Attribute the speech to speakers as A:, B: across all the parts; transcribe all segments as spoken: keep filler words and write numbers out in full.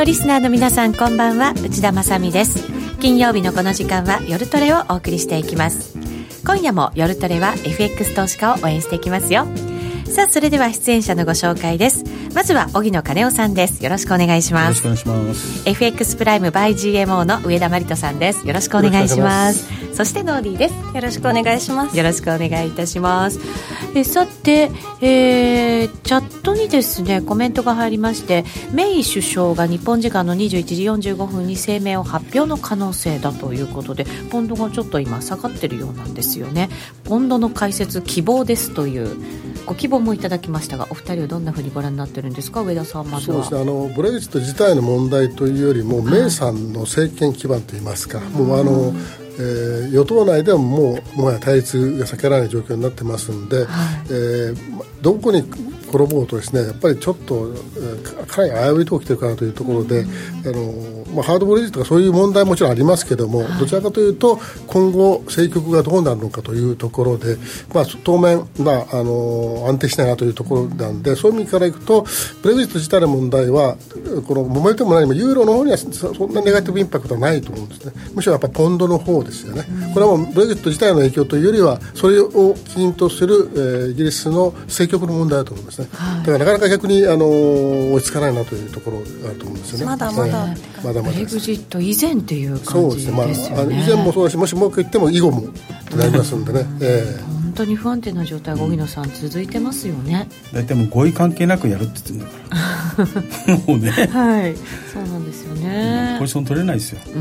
A: リスナーの皆さんこんばんは、内田まさみです。金曜日のこの時間は夜トレをお送りしていきます。今夜も夜トレは エフエックス 投資家を応援していきますよ。さあ、それでは出演者のご紹介です。まずは荻野金夫さんです。よろしくお願いします。
B: よろしくお願いします。
A: エフエックス プライム by ジーエムオー の上田真理人さんです。よろしくお願いします。そしてノーディーです。
C: よろしくお願いします。
A: よろしくお願いいたします。えさて、えー、チャットにですねコメントが入りまして、メイ首相が日本時間のにじゅういちじよんじゅうごふんに声明を発表の可能性だということで、ポンドがちょっと今下がってるようなんですよね。ポンドの解説希望ですというご希望もいただきましたが、お二人はどんなふうにご覧になってるんですか。上田さん、まずは。
B: そうですね、あのブレグジット自体の問題というよりも、メイさんの政権基盤といいますか、もうあの、えー、与党内ではもうもはや対立が避けられない状況になってますので、はい、えー、どこに転ぼうとですね、やっぱりちょっと、えー、かなり危ういところ来てるかなというところで、あのまあ、ハードブレグジットとかそういう問題ももちろんありますけども、はい、どちらかというと今後政局がどうなるのかというところで、まあ、当面、まあ、あの安定しないなというところなんで、そういう意味からいくとブレグジット自体の問題はこの揉めても何もユーロの方にはそんなネガティブインパクトはないと思うんですね。むしろやっぱポンドの方ですよね。これはもうブレグジット自体の影響というよりは、それを起因とする、えー、イギリスの政局の問題だと思いますね。はい、だからなかなか逆にあの追いつかないなというところがあると思うんですよね。
C: まだまだ、
B: えー、まだまだ
A: ブレグジット以前っていう感じですよね。
B: そうですね、まあ、以前もそうだし、もしもう一回言っても以後もとなりますんでね、うん、えー、
A: 本当に不安定な状態が荻野さん続いてますよね。
D: だいたいもう合意関係なくやるって言ってるんだからもうね、
A: はい、そうなんですよね。
D: ポジション取れないですよ。
A: うん、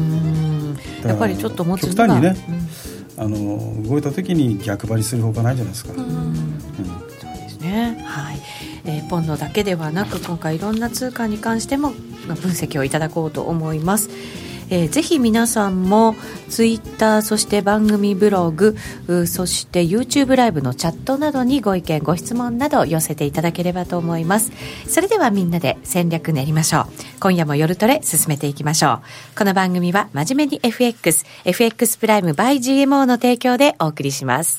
A: やっぱりちょっと持つのが
D: 極端にね、うん、あの動いた時に逆張りするほかないじゃないですか。うん、うん、
A: そうですね、はい。えー、ポンドだけではなく、今回いろんな通貨に関しても分析をいただこうと思います。えー、ぜひ皆さんもツイッター、そして番組ブログ、そして YouTube ライブのチャットなどにご意見ご質問など寄せていただければと思います。それではみんなで戦略練りましょう。今夜も夜トレ進めていきましょう。この番組は真面目に エフエックス エフエックス プライム by ジーエムオー の提供でお送りします。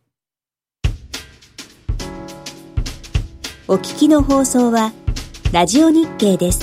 E: お聞きの放送はラジオ日経です。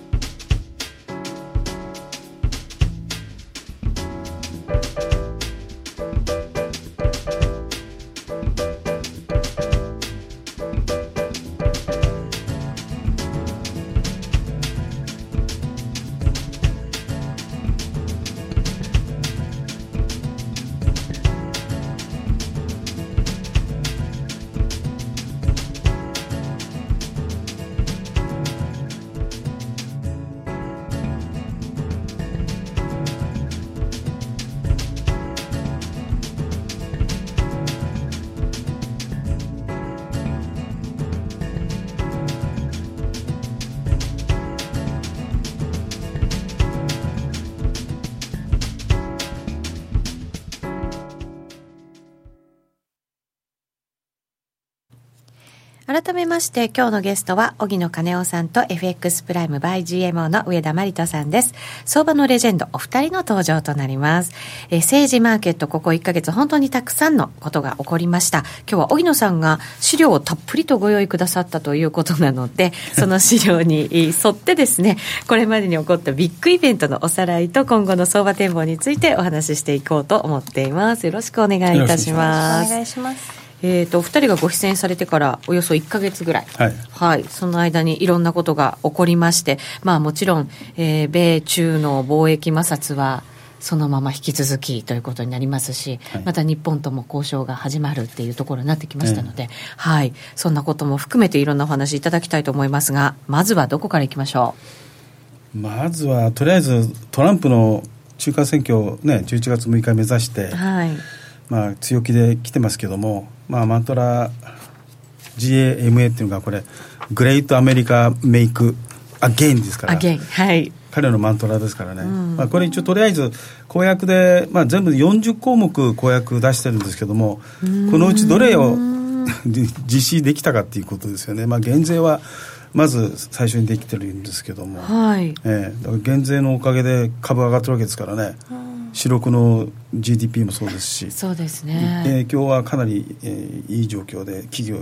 A: 改めまして今日のゲストは荻野金夫さんと エフエックス プライム by ジーエムオー の上田真理人さんです。相場のレジェンドお二人の登場となります。えー、政治マーケットここいっかげつ本当にたくさんのことが起こりました。今日は荻野さんが資料をたっぷりとご用意くださったということなので、その資料に沿ってですね、これまでに起こったビッグイベントのおさらいと今後の相場展望についてお話ししていこうと思っています。よろしくお願いいたします。
C: お願いします。
A: えー、とお二人がご出演されてからおよそいっかげつぐらい、はいはい、その間にいろんなことが起こりまして、まあ、もちろん、えー、米中の貿易摩擦はそのまま引き続きということになりますし、はい、また日本とも交渉が始まるっていうところになってきましたので、えーはい、そんなことも含めていろんなお話いただきたいと思いますが、まずはどこからいきましょ
D: う。まずはとりあえずトランプの中間選挙、ね、じゅういちがつむいか目指して、はいまあ、強気で来てますけども、まあ、マントラ ジーエーエムエー っていうのがこれグレートアメリカメイクアゲインですから、
A: Again、はい、
D: 彼のマントラですからね、うんまあ、これ一応とりあえず公約で、まあ、全部でよんじゅっこうもく公約出してるんですけども、このうちどれを実施できたかっていうことですよね。まあ、減税はまず最初にできてるんですけども、はいえー、だから減税のおかげで株上がってるわけですからね、四六の ジーディーピー もそうですし、
A: そうですね、
D: 影響はかなり、えー、いい状況で企業に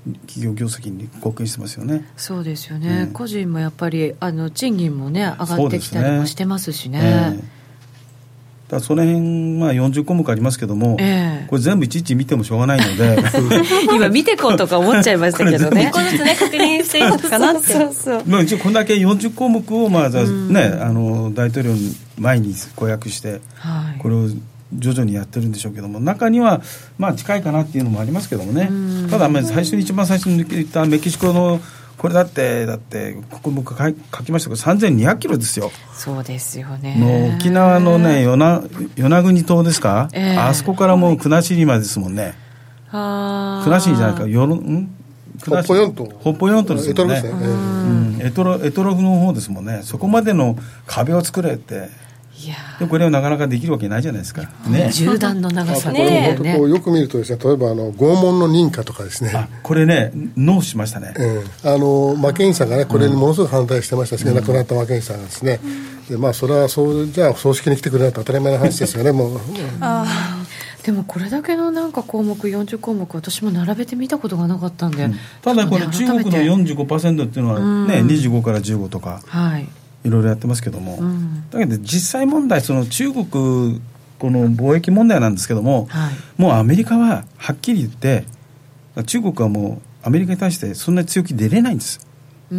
D: 企業業績に貢献してますよね。
A: そうですよね、
D: うん、
A: 個人もやっぱりあの賃金もね上がってきたりもしてますしね。
D: えー、だその辺、まあ、よんじゅっこうもくありますけども、えー、これ全部いちいち見てもしょうがないので
A: 今見てこうとか思っちゃいましたけどね
C: これずつね確認していくかなってそうそうそう、
D: まあ、一応こんだけよんじゅっこうもくを、まあね、あの大統領の前に公約して、はい、これを徐々にやってるんでしょうけども、中にはまあ近いかなっていうのもありますけどもね。ただ最初に一番最初に言ったメキシコのこれだってだってここ僕書きましたけどさんぜんにひゃくキロですよ。
A: そうですよね。
D: の沖縄のね与那与那国島ですか、えー、あそこからもう国後までですもんね。あ国後じゃないかよろん
B: 北方四島
D: 北方四島ですもんね。エトロエトロフの方ですもんね。そこまでの壁を作れて、いやでこれはなかなかできるわけないじゃないですか、ね、
A: 縦断の長さね。
B: これ本当こうよく見るとですね、例えばあの拷問の認可とかですね、
D: あこれねノーしましたね、
B: うん、あのマケインさんがねこれにものすごく反対してましたし、うん、亡くなったマケインさんがですね、うん、でまあそれはそうじゃあ葬式に来てくれないと当たり前の話ですよねもう
A: あでもこれだけのなんか項目よんじゅっこうもく私も並べて見たことがなかったんで、うん、
D: ただこれ中国の よんじゅうごパーセント っていうのはね、うん、にじゅうごからじゅうごとか、はいいろいろやってますけども、うん、だけど実際問題その中国この貿易問題なんですけども、はい、もうアメリカははっきり言って中国はもうアメリカに対してそんなに強気出れないんです、うんうん、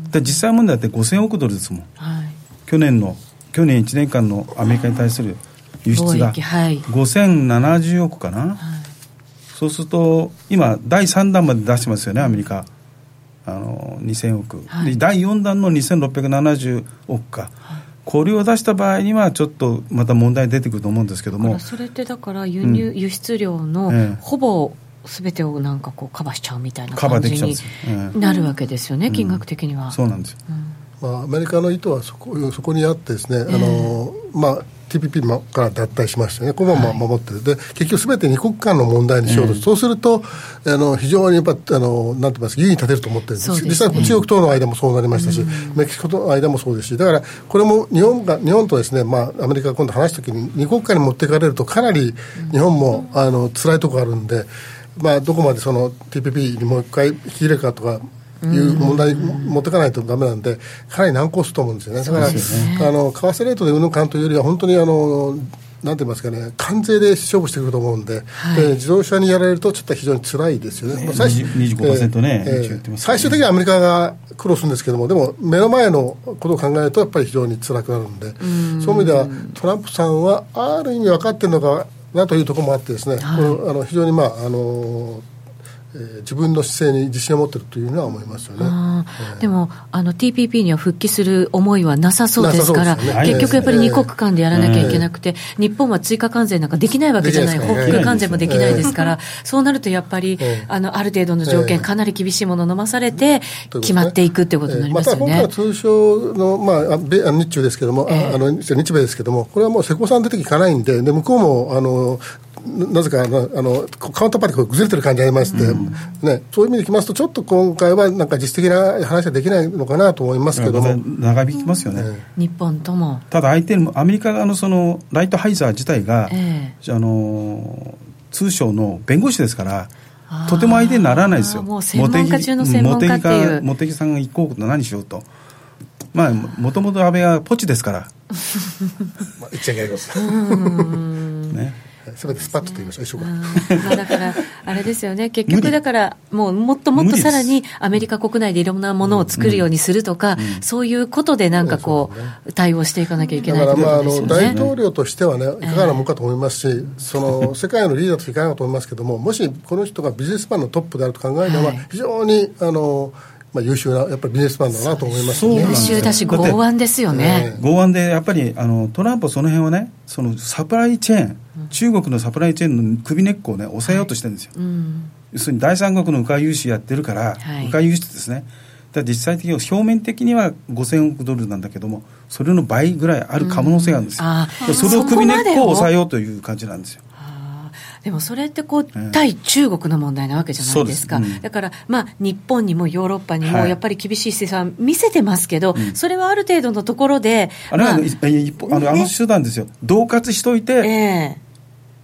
D: で実際問題ってごせんおくドルですもん、はい、去年の去年いちねんかんのアメリカに対する輸出がごせんななじゅうおくかな、はい、そうすると今だいさんだんまで出してますよねアメリカあのにせんおく、はい、だいよんだんのにせんろっぴゃくななじゅうおくか、はい、これを出した場合にはちょっとまた問題出てくると思うんですけども、
A: それってだから輸入、うん、輸出量のほぼ全てをなんかこうカバーしちゃうみたいな感じになるわけですよね、うん、金額的には、
D: うん、そうなんですよ、
B: うんまあ、アメリカの意図はそこ、そこにあってですね、えーあのまあティーピーピー から脱退しましたね、ここは守ってる、はい、で結局すべて二国間の問題にしようと、えー、そうするとあの非常にやっぱあのなんて言いますか優位に立てると思ってるんです、です、ね、実際中国との間もそうなりましたし、うん、メキシコとの間もそうですし、だからこれも日本が日本とですね、まあ、アメリカが今度話すときに二国間に持っていかれるとかなり日本も、うん、あの辛いところあるんで、まあ、どこまでその ティーピーピー にもう一回引き入れるかとかいう問題に持っていかないとダメなんで、かなり難航すると思うんですよね。だから、ね、あの為替レートでうんぬんかんというよりは本当にあのなんて言いますかね、関税で勝負してくると思うんで、はい、で自動車にやられるとちょっと非常に辛いですよね。
D: ね最初 にじゅうごパーセント ね、えーえー、
B: 最終的にはアメリカが苦労するんですけども、でも目の前のことを考えるとやっぱり非常に辛くなるんで、うんそういう意味ではトランプさんはある意味分かってるのかなというところもあってですね、はい、このあの非常にまああのえー、自分の姿勢に自信を持っているというのは思いますよね。
A: えー、でもあの ティーピーピー には復帰する思いはなさそうですから、ね、結局やっぱり二国間でやらなきゃいけなくて、えー、日本は追加関税なんかできないわけじゃない、報復関税もできないですから、えー、そうなるとやっぱり、えー、あのある程度の条件、えー、かなり厳しいものを飲まされて決まっていくということになりますよね。
B: また今回は通常の、まあ、米あの日中ですけども、えー、あの日米ですけども、これはもう瀬古さん出ていかないんで、で向こうもあのなぜかあのあのカウンターパーティーが崩れてる感じがありまして、うんね、そういう意味でいきますとちょっと今回はなんか実質的な話はできないのかなと思いますけども、
D: 長引きますよね、うん、
A: 日本とも。
D: ただ相手にアメリカ側のそのライトハイザー自体が、えー、あの通商の弁護士ですからとても相手にならないですよ。
A: もう専門家中の専門家っていう
D: 茂木さんが行こうと何しようと、まあもともと安倍はポチですから
B: まあ言っちゃいけないことねすべてスパッとと言いましょう、一緒か、
A: まあ、だからあれですよね、結局だからもうもっともっとさらにアメリカ国内でいろんなものを作るようにするとか、うんうん、そういうことでなんかこう、うん、対応していかなきゃいけないということですよね。
B: だからまああの大統領としてはねいかがなものかと思いますし、えー、その世界のリーダーとしていかがなと思いますけども、もしこの人がビジネスマンのトップであると考えるのは非常にあのまあ、優秀なやっぱりビジネスマンだなと思います、ね、
A: 優秀だし剛腕ですよね。
D: 剛腕でやっぱりあのトランプはその辺はね、そのサプライチェーン、うん、中国のサプライチェーンの首根っこをね抑えようとしてるんですよ、はいうん、要するに第三国の迂回融資やってるから、はい、迂回輸出ですね。だ実際的に表面的にはごせんおくドルなんだけども、それの倍ぐらいある可能性があるんですよ、うん、それを首根っこを抑えようという感じなんですよ。
A: でもそれってこう、えー、対中国の問題なわけじゃないですか。です、うん、だから、まあ、日本にもヨーロッパにもやっぱり厳しい姿勢は見せてますけど、はい、それはある程度のところで、
D: あれは、まあ、あの、あの手段ですよ。恫喝しといて、えー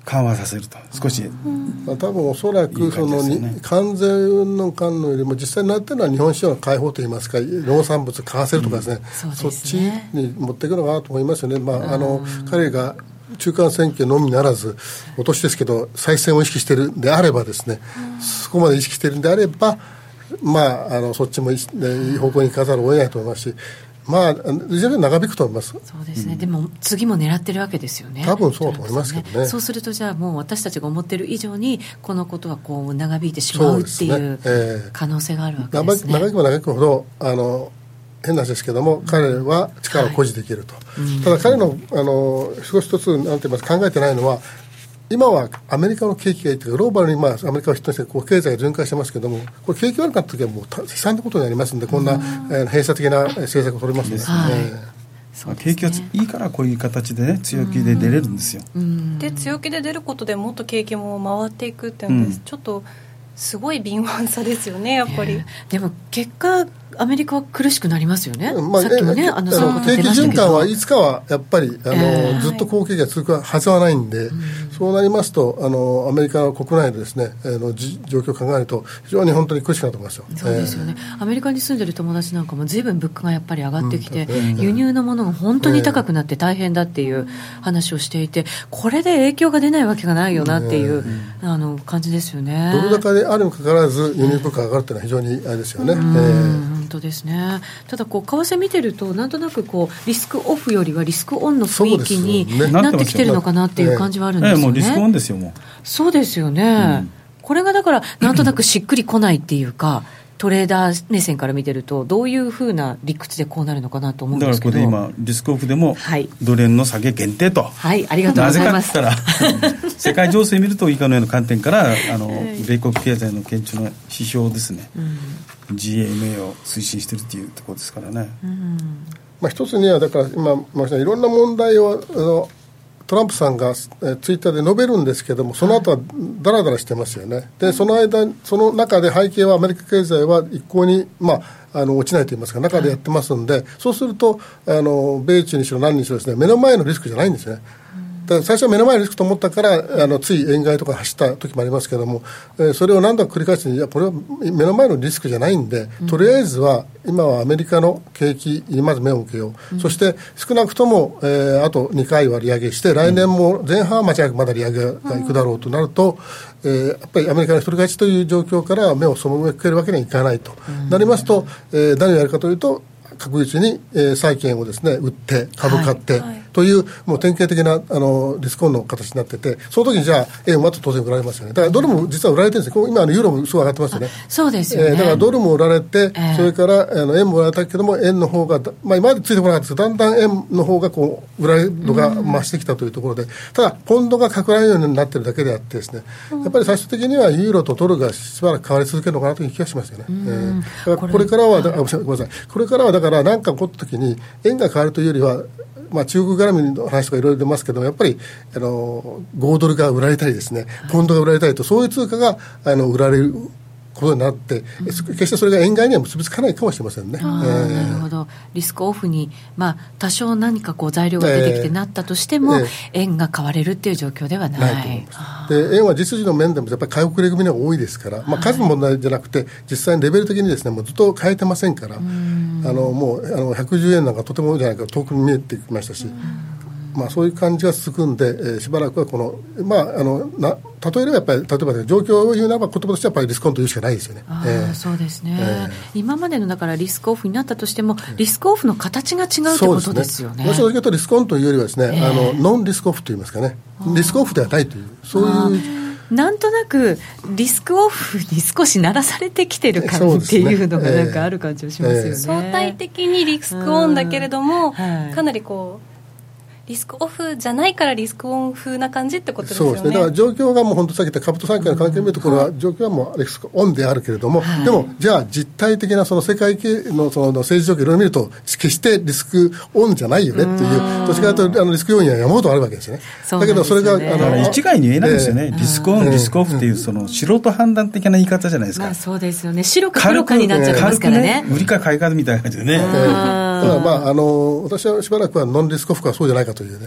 D: 緩和させると少し、
B: まあ、多分おそらくそのに関税云々かんのよりも実際になっているのは日本市場の開放といいますか農産物買わせるとかですね、うん、そっちに持っていくのかなと思いますよね、まあ、あの彼が中間選挙のみならずお年ですけど再選を意識しているんであればですね、うん、そこまで意識しているんであれば、まあ、あのそっちもいい方向に行かざるを得ないと思いますし、まあ、いずれ長引くと思います。
A: そうですね、うん、でも次も狙ってるわけですよね。
B: 多分そうと思いますけどね。
A: そうするとじゃあもう私たちが思ってる以上にこのことはこう長引いてしまうっていう可能性があるわけですね。
B: 長引けば長引くほどあの変な話ですけども、うん、彼は力を誇示できると、はい、ただ彼の、あの少し一つなんて言いますか考えてないのは、今はアメリカの景気がいいというかグローバルに、まあ、アメリカを筆頭にしてこう経済が循環してますけども、これ景気悪かった時はもう悲惨なことになりますので、こんな、うん、えー、閉鎖的な政策を取りますので、はいえー
D: まあ、景気がいいからこういう形で、ね、強気で出れるんですよ。
C: うん、で強気で出ることでもっと景気も回っていくっていうのです、うん、ちょっとすごい敏腕さですよねやっぱり、えー、
A: でも結果アメリカは苦しくなりますよね、まあ、さっきもね、あの
B: 景気循環はいつかはやっぱりあの、えー、ずっと好景気が続くはずはないんで、うん、そうなりますとあのアメリカの国内でですね、あの状況を考えると非常に本当に苦しくなると思いますよ。
A: そうですよね、えー、アメリカに住んでる友達なんかも随分物価がやっぱり上がってきて、うん、輸入のものが本当に高くなって大変だっていう話をしていて、これで影響が出ないわけがないよなっていう、うん、あの感じですよね。
B: ドル高であるにもかかわらず輸入物価が上がるというのは非常にあれですよね、
A: うんえー、本当ですね。ただこう為替見てるとなんとなくこうリスクオフよりはリスクオンの雰囲気になってきてるのかなっていう感じはあるんですよね。
D: もうリスクオンですよ。もう
A: そうですよね、うん、これがだからなんとなくしっくりこないっていうかトレーダー目線から見てるとどういうふうな理屈でこうなるのかなと思うんですけど、
D: だからこれで今リスクオフでもドル円の下げ限定と、
A: はい、ありがとうございます。
D: なぜかって言ったら世界情勢見ると以下のような観点からあの、はい、米国経済の堅調の指標ですね、うん、ジーエムエー を推進しているというところですからね、うん
B: まあ、一つにはだから今申したいろんな問題をあのトランプさんが、えー、ツイッターで述べるんですけども、その後はだらだらしてますよね。でその間その中で背景はアメリカ経済は一向に、まあ、あの落ちないといいますか中でやってますんで、はい、そうするとあの米中にしろ何にしろですね、目の前のリスクじゃないんですよね。だから最初は目の前のリスクと思ったからあのつい円買いとか走った時もありますけども、えー、それを何度か繰り返していやこれは目の前のリスクじゃないんで、うん、とりあえずは今はアメリカの景気にまず目を向けよう、うん、そして少なくとも、えー、あとにかいは利上げして来年も前半は間違いなくまだ利上げがいくだろうとなると、うんえー、やっぱりアメリカの一人勝ちという状況から目を背けるわけにはいかないと、うん、なりますと、えー、何をやるかというと確実に、えー、債券をですね売って株買って、はいはいというもう典型的なあのリスクオンの形になってて、その時にじゃあ円は当然売られますよね。だからドルも実は売られてるんですよ。今あのユーロもすごい上がってますよね。
A: そうですよね、
B: えー、だからドルも売られて、えー、それからあの円も売られたけども円の方が、まあ、今までついてこなかったですけどだんだん円の方がこう売られ度が増してきたというところで、ただポンドが拡大ようになってるだけであってですね、やっぱり最終的にはユーロとドルがしばらく変わり続けるのかなという気がしますよね。えー、だからこれからはだあごめんなさいこれからはだから何か起こった時に円が変わるというよりはまあ、中国絡みの話とかいろいろ出ますけどやっぱりあのごドルが売られたりですね、ポンドが売られたりとそういう通貨があの売られることになって、うん、決してそれが円買いには結びつかないかもしれませんね。
A: あ、えー、なるほど。リスクオフに、まあ、多少何かこう材料が出てきてなったとしても、えー、円が買われるっていう状況ではない。
B: ないと思います。で円は実需の面でもやっぱり買い遅れ組が多いですから、まあ、数の問題じゃなくて実際にレベル的にですねもうずっと変えてませんから、あのもうあのひゃくじゅうえんなんかとてもじゃないか遠くに見えてきましたし、まあ、そういう感じが続くんで、えー、しばらくはこの、まあ、あのな例えればやっぱり例えば状況を言うならば言葉としてはやっぱりリスクオンというしかないですよね。
A: あ、えー、そうですね、えー、今までのだからリスクオフになったとしてもリスクオフの形が違うということですよね。
B: もちろんリスクオンというよりはですね、えー、あのノンリスクオフといいますかね、リスクオフではないというそういう
A: なんとなくリスクオフに少し鳴らされてきてる感じっていうのがなんかある感じがしますよね。えー、
C: 相対的にリスクオンだけれども、はい、かなりこうリスクオフじゃないからリスクオン風な感じってことですよね。
B: そうですね。だから状況がもう本当さっき言った株と債券の関係を見るところは、うん、状況はもうリスクオンであるけれども、はい、でもじゃあ実体的なその世界系のその政治状況をいろいろ見ると決してリスクオンじゃないよねっていうどっちかというとあのリスク要因は山ほどあるわけですよね。
A: そうなんですよね。
B: だけどそれがあの
D: 一概に言えないですよね、えー、リスクオン、リスクオフっていうその素人判断的な言い方じゃないですか。
A: まあ、そうですよね。白か黒かになっちゃいますからね。
D: 売りか買いかみたいな感じでね。
B: えー、ただまああの私はしばらくはノンリスクオフかそうじゃないかというね。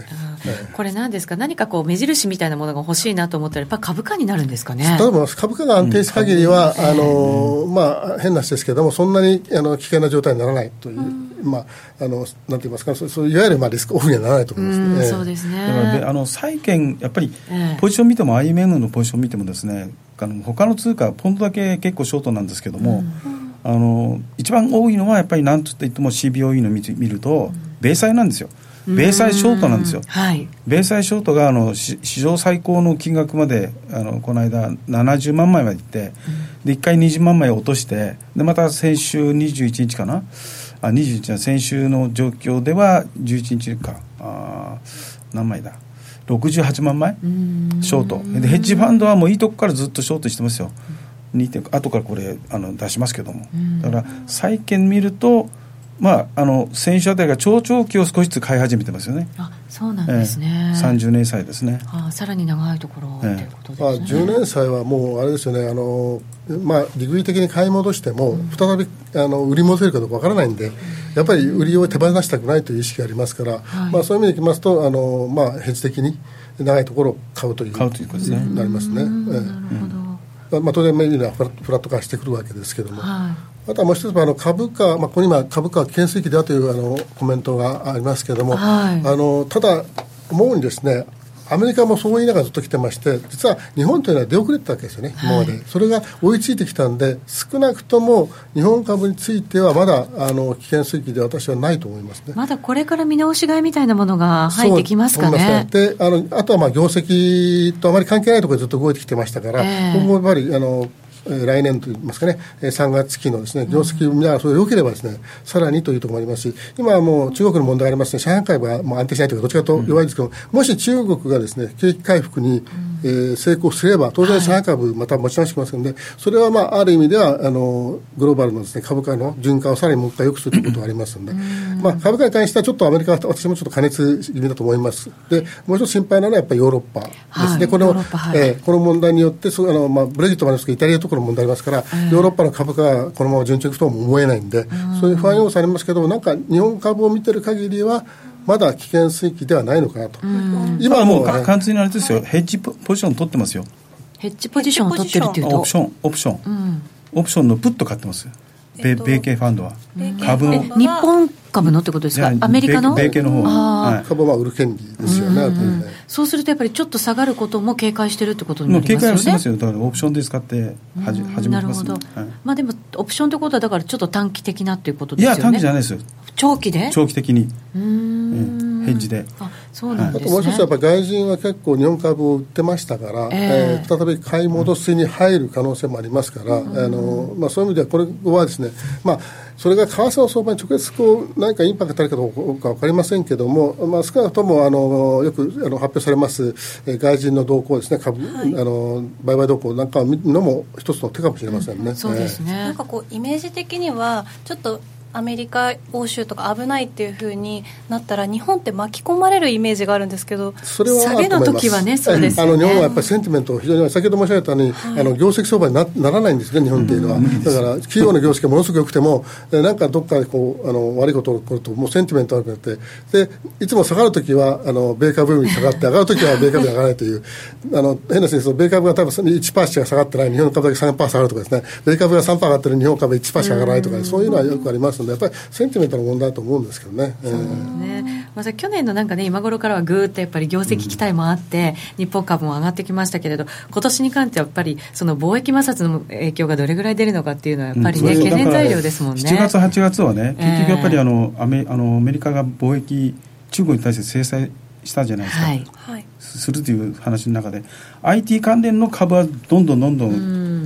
A: これ何ですか、何かこう目印みたいなものが欲しいなと思ったらやっぱ株価になるんですかね。
B: 多分株価が安定する限りは、うんあのーまあ、変な話ですけれどもそんなにあの危険な状態にならないという、うんまあ、あのなんて言いますか、そうそういわゆるまあリスクオフにはならないと思いますね、
A: うん
B: えー、
A: そうですね。
D: だからであの債券やっぱりポジション見ても アイエムエム のポジション見てもですね、あの他の通貨ポンドだけ結構ショートなんですけども、うんあの一番多いのはやっぱり何と言っても シービーオーイー の見見ると米債なんですよ。米債ショートなんですよ、
A: はい、
D: 米債ショートがあの史上最高の金額まであのこの間ななじゅうまんまいまでいって、うん、でいっかいにじゅうまんまい落としてでまた先週にじゅういちにちかなあにじゅういちにち先週の状況ではじゅういちにちかあ何枚だろくじゅうはちまんまいショートでヘッジファンドはもういいとこからずっとショートしてますよ。にてん後からこれあの出しますけども、だから債券見るとまあ、あの先週あたりが長長期を少しずつ買い始めてますよね。
A: あ、そうなんですね、
D: えー、さんじゅうねん債ですね。
A: あ、さらに長いところということですね、
B: えー、あじゅうねん債はもうあれですよね、あの、まあ、利食い的に買い戻しても、うん、再びあの売り戻せるかどうかわからないんで、うん、やっぱり売りを手放したくないという意識がありますから、はいまあ、そういう意味でいきますとあの、まあ、ヘッジ的に長いところを買うという
D: 買うということですね、
B: なりますね。
A: なるほど、
B: まあ、当然メニューはフラット化してくるわけですけども、
A: はい
B: あとはもう一つあの株価、まあ、ここに今株価は危険水域だというあのコメントがありますけれども、
A: はい、
B: あのただ思うにですね、アメリカもそう言いながらずっと来てまして、実は日本というのは出遅れてたわけですよね、はい、今まで。それが追いついてきたんで、少なくとも日本株についてはまだあの危険水域で私はないと思いますね。
A: まだこれから見直し買いみたいなものが入ってきますかね。
B: であのあとはまあ業績とあまり関係ないところでずっと動いてきてましたから、えー、今後やっぱりあの来年といいますかね、さんがつ期のですね、業績を見ながらそれが良ければですね、さらにというところもありますし、今はもう中国の問題がありますね、上海株がもう安定しないというか、どっちかというと弱いんですけど、もし中国がですね、景気回復に、えー、成功すれば、当然上海株また持ち直してきますので、それはまあある意味ではあのグローバルのですね、株価の循環をさらにもう一回良くするということがありますので、まあ株価に関してはちょっとアメリカは私もちょっと過熱気味だと思います。で、もう一つ心配なのはやっぱりヨーロッパですね。はい、この、はいえー、この問題によってそあのまあブレジットもありますけど、イタリアのところの問題ありますから。ヨーロッパの株価がこのまま順調にいくとも思えないんで、そういう不安要素ありますけども、なんか日本株を見てる限りはまだ危険水域ではないのかなと。
D: 今はもう完全にあれですよ、ヘッジポジション取ってますよ。
A: ヘッジポジションを取ってるっていうと
D: オプションオプション、うん、オプションのプット買ってます、えっと、米系ファンドは株の
A: 日本株のってことですか、アメリカの
D: 米系の方、
B: はい、株は売る権利ですよね、うんうん、
A: そうするとやっぱりちょっと下がることも警戒してるってことになりますよね。
D: 警戒はしてますよ。だからオプションで使ってはじ始めてます、ね、
A: なるほど、はいまあ、でもオプションってことはだからちょっと短期的なっていうこと
D: い
A: ですよね。
D: や短期じゃないですよ、
A: 長期で
D: 長期的に
A: うーん
D: ヘッジで。
A: あそうなんですね、
B: あともう一つやっぱり外人は結構日本株を売ってましたから、えーえー、再び買い戻しに入る可能性もありますから、うんあのまあ、そういう意味ではこれはですね、まあ、それが為替の相場に直接こう何かインパクトあるかどうか分かりませんけれども、まあ、少なくともあのよくあの発表されます、えー、外人の動向ですね、株、はい、あの売買動向なんかを見るのも一つの手かもしれませんね、うん、
A: そうですね、
C: えー、なんかこうイメージ的にはちょっとアメリカ、欧州とか危ないっていう風になったら日本って巻き込まれるイメージがあるんですけど、
B: それは
A: 下げの時はね、そうですよね。
B: あの日本はやっぱりセンティメント非常に先ほど申し上げたように、はい、あの業績相場に な, ならないんですね、日本っていうのは、うん、だから企業の業績がものすごく良くてもなんかどっかでこうあの悪いことが起こるともうセンティメント悪くなって、でいつも下がるときはあの米株に下がって上がるときは米株に上がらないというあの変な話、米株が多分 いちパーセント しか下がってない日本株だけ さんパーセント 下がるとかですね、米株が さんパーセント 上がってる日本株が いちパーセント しか上がらないとか、そういうのはよくありますので、やっぱりセンティメントの問題だと思うんですけどね。
A: そうですね、まあ、去年のなんかね今頃からはぐーっとやっぱり業績期待もあって、うん、日本株も上がってきましたけれど、今年に関してはやっぱりその貿易摩擦の影響がどれぐらい出るのかっていうのはやっぱりね、うん、懸念材料ですもんね。
D: しちがつはちがつはね、結局やっぱりあのアメ、あのアメリカが貿易中国に対して制裁したじゃないですか、はい、するという話の中で アイティー 関連の株はどんどんどんどん、うん、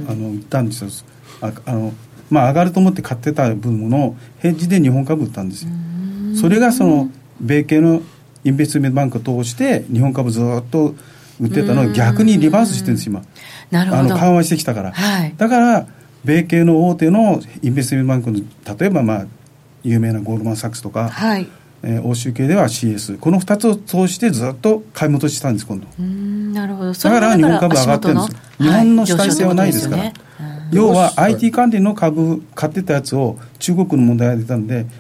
D: あのいったんですよ。ああのまあ、上がると思って買ってた分のヘッジで日本株売ったんですよ。それがその米系のインベストメントバンクを通して日本株ずっと売ってたのを逆にリバースしてるんです今。
A: なるほど。
D: あの緩和してきたから、
A: はい、
D: だから米系の大手のインベストメントバンクの例えばまあ有名なゴールドマンサックスとか、はいえー、欧州系では シーエス このふたつを通してずっと買い戻ししたんです今度。
A: うーんなるほど。
D: それだから日本株上がってるんですよ。日本の主体性はないですから、はい、要は アイティー 関連の株買ってたやつを中国の問題が出たんで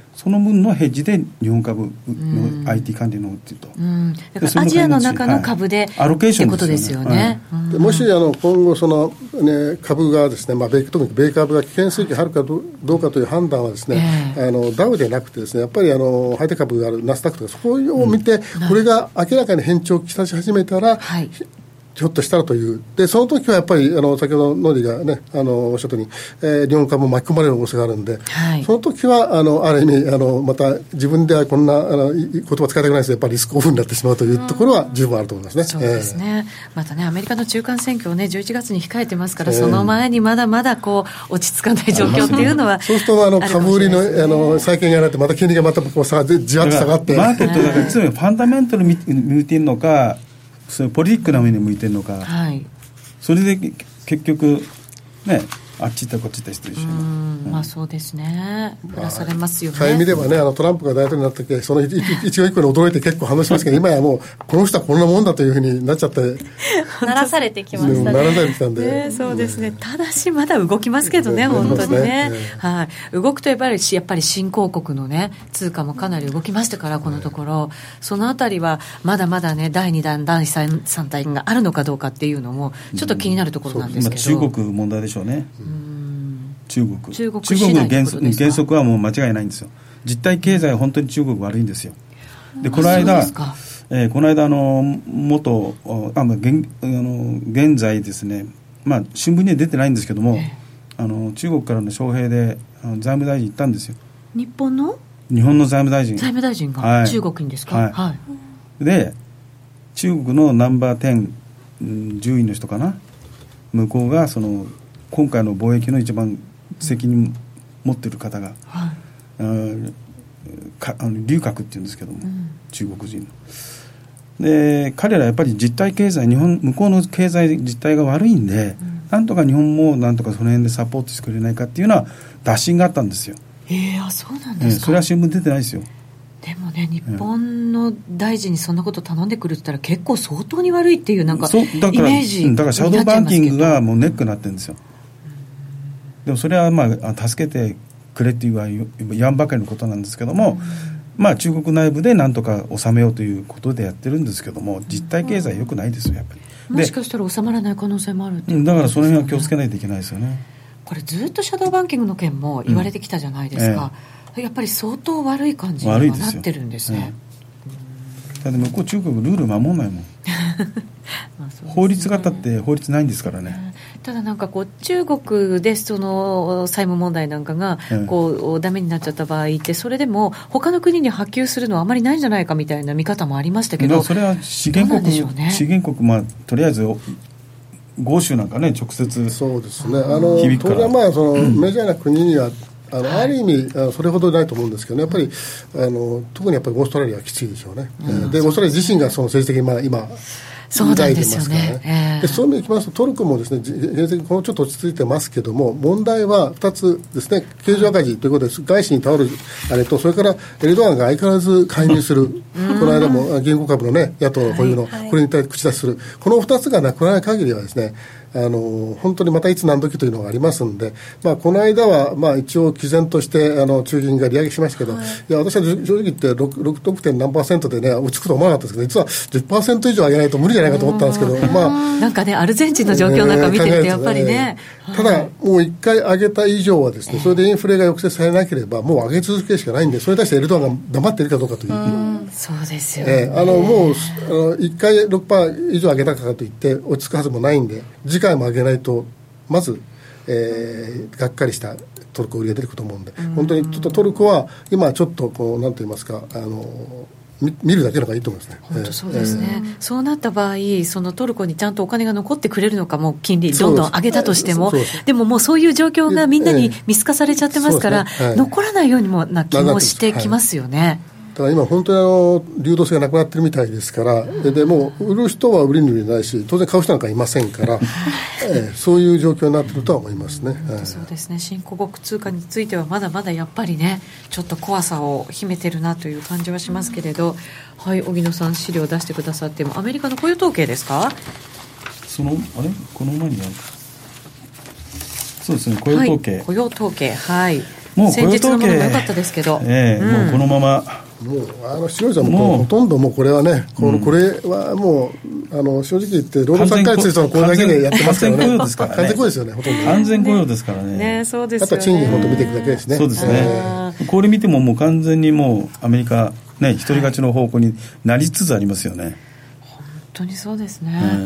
D: その分のヘッジで日本株の アイティー 関連の売ってると、
A: うん、だからアジアの中の株で、はい、
D: アロケーション
A: ってことですよね、
B: はい、でもしあの今後その、ね、株がですね、まあ、米特に米株が危険水域にあるかどうかという判断はですね、えー、あのダウでなくてですね、やっぱりあのハイテク株があるナスダックとかそういうのを見て、うん、これが明らかに変調をきたし始めたら、はい、ひょっとしたらというで、その時はやっぱりあの先ほどノリが、ね、あのおっしゃったように、えー、日本株も巻き込まれる可能性があるんで、はい、その時はあのある意味あのまた自分ではこんなあの言葉使いたくないですけど、やっぱりリスクオフになってしまうというところは十分あると思いますね。
A: そうですね、えー、またねアメリカの中間選挙を、ね、じゅういちがつに控えてますから、えー、その前にまだまだこう落ち着かない状況っていうのは、
B: ね、そうするとあの株売り の, あの債券がやられてまた金利がまたこう下がってじわっと下がって、
D: マーケットだからいつもファンダメンタル見ているのか、そういうポリティックな目に向いてるのか、はい、それで結局ね、あっち行ったこっち行った人一緒に、うん、
A: まあそうですね、プラされますよね。
B: そういう意味ではね、あのトランプが大統領になった時、その一応一個に驚いて結構話しますけど、今やもうこの人はこんなもんだというふうになっちゃって
C: ならされてきましたね。
B: ならされてきたんで、
A: ね、そうですね、ただしまだ動きますけどね、本当にね、ね、はい、動くとやっぱりやっぱり新興国のね通貨もかなり動きましたから、このところ、そのあたりはまだまだねだいに弾だいさん弾があるのかどうかっていうのもちょっと気になるところなんですけど、
D: うん、中国問題でしょうね。うん、中国
A: 中国
D: 中国の 原, 原則はもう間違いないんですよ。実体経済は本当に中国悪いんですよ。でこの間、えー、この間あの元あ、まあ、現, あの現在ですね、まあ、新聞には出てないんですけども、えー、あの中国からの招聘であの財務大臣行ったんですよ。
A: 日本の
D: 日本の財務大臣
A: 財務大臣が、はい、中国にですか、はいはい、
D: で中国のナンバーテン、うん、じゅういの人かな、向こうがその今回の貿易の一番責任持っている方が、はい、あかあの劉鶴っていうんですけども、うん、中国人で、彼らやっぱり実体経済、日本向こうの経済実態が悪いんで、うん、なんとか日本もなんとかその辺でサポートしてくれないかっていうのは打診があったんですよ。
A: えー、あ、そうなんですか、
D: えー、それは新聞出てないですよ。
A: でもね、日本の大臣にそんなこと頼んでくるって言ったら結構相当に悪いっていうなんかイメージになっちゃいますけど、
D: だからシャドーバンキングがもうネックになってるんですよ。でもそれはまあ助けてくれっていう言わんばかりのことなんですけども、まあ中国内部でなんとか収めようということでやってるんですけども、実体経済良くないですよやっぱり。
A: もしかしたら収まらない可能性もあるっていう、
D: ね、だからその辺は気をつけないといけないですよね。
A: これずっとシャドーバンキングの件も言われてきたじゃないですか、うん、ええ、やっぱり相当悪い感じにはなってるんですね。
D: だって向こう中国ルール守んないもんまあそうですね、法律が立って法律ないんですからね、
A: うん、ただなんかこう中国でその債務問題なんかがこう、うん、ダメになっちゃった場合ってそれでも他の国に波及するのはあまりないんじゃないかみたいな見方もありましたけど、
D: それは資源国、ね、資源国、まあ、とりあえず豪州なんかね直接
B: そうですね、あの当然まあそのメジャーな国にはあのある意味それほどないと思うんですけど、ね、やっぱりあの特にやっぱりオーストラリアはきついでしょうね、うん、でオーストラリア自身がその政治的にまあ今
A: そうなんですよね、えー、
B: でそういう意味でいきますとトルコもですね現在このちょっと落ち着いてますけども、問題はふたつですね、経常赤字ということで外資に頼るあれと、それからエルドアンが相変わらず介入するこの間も銀行株のね野党保有の、はいはい、これに対して口出しする、このふたつがなくならない限りはですね、あの本当にまたいつ何時というのがありますので、まあ、この間はまあ一応毅然としてあの中銀が利上げしましたけど、はい、いや私は正直言って 6, 6. 点何パーセントでね落ち着くと思わなかったですけど、実は じゅっパーセント 以上上げないと無理じゃないかと思ったんですけど、まあ、
A: なんかねアルゼンチンの状況なんか見てるとやっぱりね、
B: えー、ただもういっかい上げた以上はですね、それでインフレが抑制されなければもう上げ続けるしかないんで、それに対してエルドアンが黙っているかどうかという、うん、
A: そうですよね、
B: えー、あのもうあのいっかい ろくパーセント 以上上げたかといって落ち着くはずもないんで、次回も上げないとまず、えー、がっかりしたトルコ売りが出てくると思うんで、本当にちょっとトルコは今ちょっとこうなんと言いますか、あの見るだけの方がいいと思いますね。
A: 本当そうですね、えー、そうなった場合そのトルコにちゃんとお金が残ってくれるのか、もう金利どんどん上げたとしても で, でももうそういう状況がみんなに見透かされちゃってますから、えーねはい、残らないようにもな気もしてきますよね。
B: だから今本当にあの流動性がなくなってるみたいですから、で, でもう売る人は売りに売れないし、当然買う人なんかいませんから、えー、そういう状況になっているとは思いますね。
A: そうですね、新興国通貨についてはまだまだやっぱりねちょっと怖さを秘めてるなという感じはしますけれど、はい、荻野さん資料を出してくださっても、アメリカの雇用統計ですか。
D: そのあれこの前にあるそうですね、雇用統計、
A: はい、雇用統計、はい、
D: もう雇用
A: 先日の
D: 統計
A: ものも良かったですけど、
D: ええ、うん、もうこのまま
B: もうあの視聴者もほとんどもうこれはね、このこれはもうあの正直言って労働参加率のこれだけでやってますからね。
D: 完全雇用ですからね。
B: 完全雇用ですよね、ほとんど。
D: 完全雇用ですからね。
A: ね、そうですよね。
B: あとは賃金本当見ていくだけですね。
D: そうですね。これ見てももう完全にもうアメリカね、一人勝ちの方向になりつつありますよね。
A: 本当にそうですね。うん、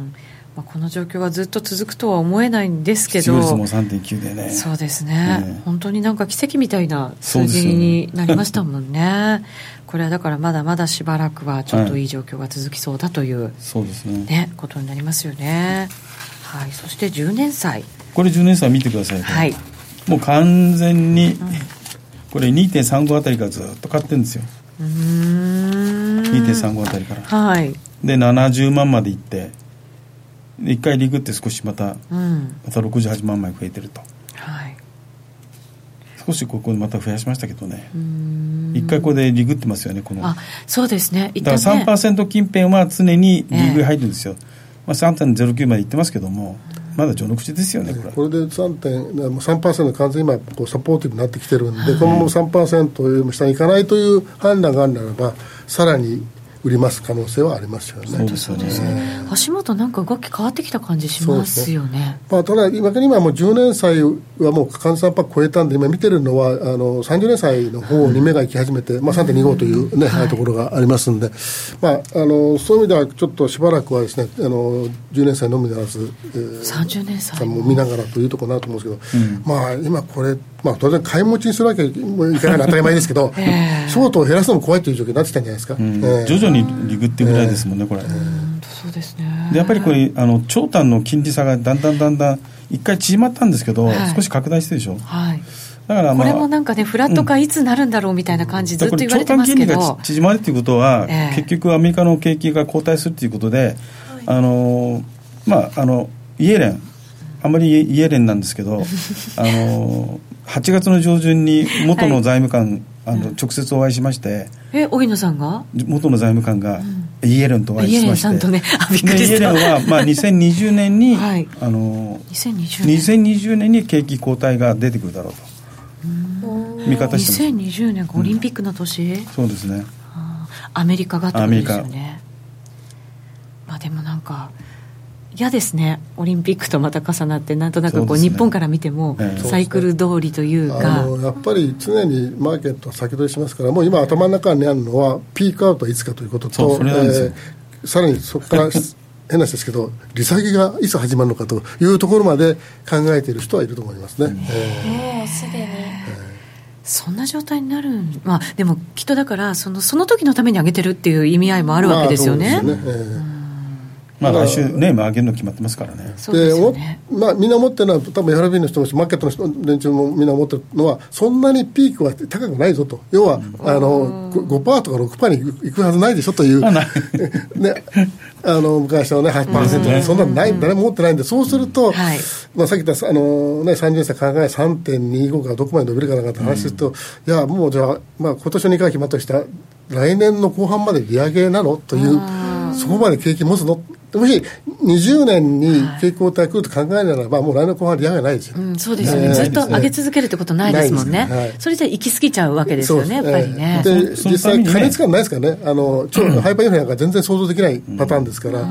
A: まあ、この状況がずっと続くとは思えないんですけど、
D: 失業率も さんてんきゅう でね。
A: そうですね、
D: ね、
A: 本当になんか奇跡みたいな数字になりましたもんね。これはだからまだまだしばらくはちょっといい状況が続きそうだという、はい、
D: そうですね、
A: ね、ことになりますよね。はい、そしてじゅうねんさい、
D: これじゅうねんさい見てください。
A: はい、
D: もう完全に、うん、これ にてんさんご あたりからずっと買ってるんですよ。うーん にてんさんご あたりから、
A: はい、
D: でななじゅうまんまでいっていっかいリグって少しまた、うん、またろくじゅうはちまんまい増えてると、はい、少しここにまた増やしましたけどね、いっかいここでリグってますよね、この。
A: あ、そうですね、
D: だから さんパーセント 近辺は常にリグ入るんですよ、えーまあ、さんてんゼロきゅう までいってますけども、まだ序の口ですよね、これ。
B: これで さんてんさんパーセント 完全に今こうサポーティブになってきてるんで、はい、このまま さんパーセント よりも下にいかないという判断があるならば、さらに売ります可能性はありますよね。
A: そうですよね、えー、足元なんか動き変わってきた感じしますよね。
B: まあ、ただ今今もうじゅうねんさいはもう換算パック超えたんで、今見てるのはあのさんじゅうねんさいの方に目が行き始めて、うん、まあ、さんてんにご という、ね、はい、ところがありますんで、まあ、あのそういう意味ではちょっとしばらくはですね、あのじゅうねんさいのみならず、えー、
A: さんじゅうねんさい
B: も見ながらというところになると思うんですけど、うん、まあ、今これ、まあ、当然買い持ちにするわけにいかないのは当たり前ですけど、えー、ショートを減らすのも怖いという状況になってきたんじゃないですか、うん、えー、
D: 徐々にリグってぐらいですもんね、これ。
A: そうですね。
D: でやっぱりこれあの長短の金利差がだんだんだんだん一回縮まったんですけど、はい、少し拡大してるでしょ、はい、だから、まあ、
A: これもなんかねフラット化いつなるんだろうみたいな感じ、うん、ずっと言われてますけど、
D: 長短金利が縮まるということは、えー、結局アメリカの景気が後退するということで、はい、あのまああのイエレンあんまりイエレンなんですけどあのはちがつの上旬に元の財務官、はい、あの直接お会いしまして、
A: え荻野さんが元
D: の財務官が、うん、イエレンとお会いしまして、イエレンさんとね、
A: あ、びっくりした。
D: イエレンは、まあ、にせんにじゅうねんに、
A: はい、
D: あの
A: にせんにじゅうねん
D: にせんにじゅうねんに景気後退が出てくるだろうと見方してます。
A: にせんにじゅうねんがオリンピックの年、
D: うん、そうですね、
A: アメリカがってことですよね。まあでもなんか嫌ですね、オリンピックとまた重なって、なんとなくこう、ね、日本から見てもサイクル通りというか、
B: あのやっぱり常にマーケットは先取りしますから、もう今頭の中にあるのはピークアウトはいつかということと、えー、さらにそこから変な話ですけど利下げがいつ始まるのかというところまで考えている人はいると思いますね。
C: もうすでに、えー
A: そんな状態になる、まあ、でもきっとだからその、その時のために上げてるっていう意味合いもあるわけですよね。
B: まあ、そうですよね、えー
D: まあ、来週ね、まあ、上げるの決まってますからね。
A: そうですよね。
B: で、まあ、みんな思ってるのは多分 エフアールビー の人もマーケットの人連中もみんな思ってるのは、そんなにピークは高くないぞと、要は、うん、あの ごパーセント とか ろくパーセント にいくはずないでしょという、ね、あの昔の、ね、はちパーセント とかそんなのない、うん、誰も持ってないんで、そうすると、はい、まあ、さっき言ったあの、ね、さんじゅうねんさい考え さんてんにご がどこまで伸びるかなんかって話すると、うん、いやもうじゃあ、まあ、今年のにかい決まったとしたら来年の後半まで利上げなのという、そこまで景気持つの、もしにじゅうねんに景気後退来ると考えならば、もう来年後半利上げないですよ、
A: うん、そうですよね、ずっと上げ続けるってことないですもんね、はい、それじゃ行き過ぎちゃうわけですよね、やっぱりね。
B: で実際過熱感ないですからね、あの超ハイパーインフレなんか全然想像できないパターンですから、うん、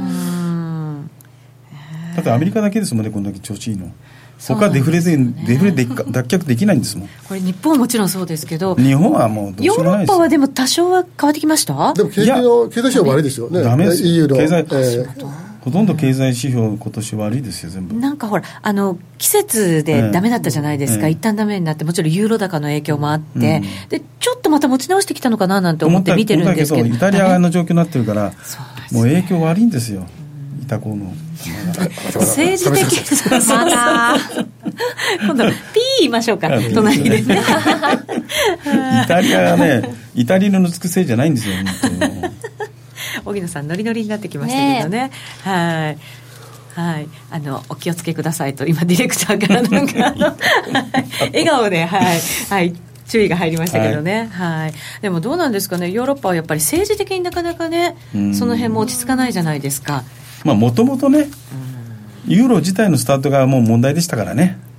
D: だってアメリカだけですもんね、こんだけ調子いいの。他デフレで、ね、デフレで脱却できないんですもん。
A: これ日本はもちろんそうですけど、
D: 日本はもうどうしようもないです。
A: ヨーロッパはでも多少は変わってきました。
B: でも景気の経済指標悪いですよね。
D: ダメですよ、
B: イーユー の
D: 経済、
B: えー、
D: ほとんど経済指標今年悪いですよ、全部。
A: なんかほらあの季節でダメだったじゃないですか、えー、一旦ダメになって、もちろんユーロ高の影響もあって、うん、でちょっとまた持ち直してきたのかななんて思って見てるんですけど、
D: イタリアの状況になってるから、もう影響悪いんですよ、イタコの
A: 政治的また今度ピー言いましょうか、隣でね
D: イタリアがね、イタリアのつくせいじゃないんですよ
A: 荻野さんノリノリになってきましたけどね、ね、はいはい、あのお気をつけくださいと今ディレクターからなんか笑顔で、はいはい、注意が入りましたけどね、はいはい、でもどうなんですかね、ヨーロッパはやっぱり政治的になかなかね、その辺も落ち着かないじゃないですか。
D: もともとね、ユーロ自体のスタートがもう問題でしたからね。
A: まあ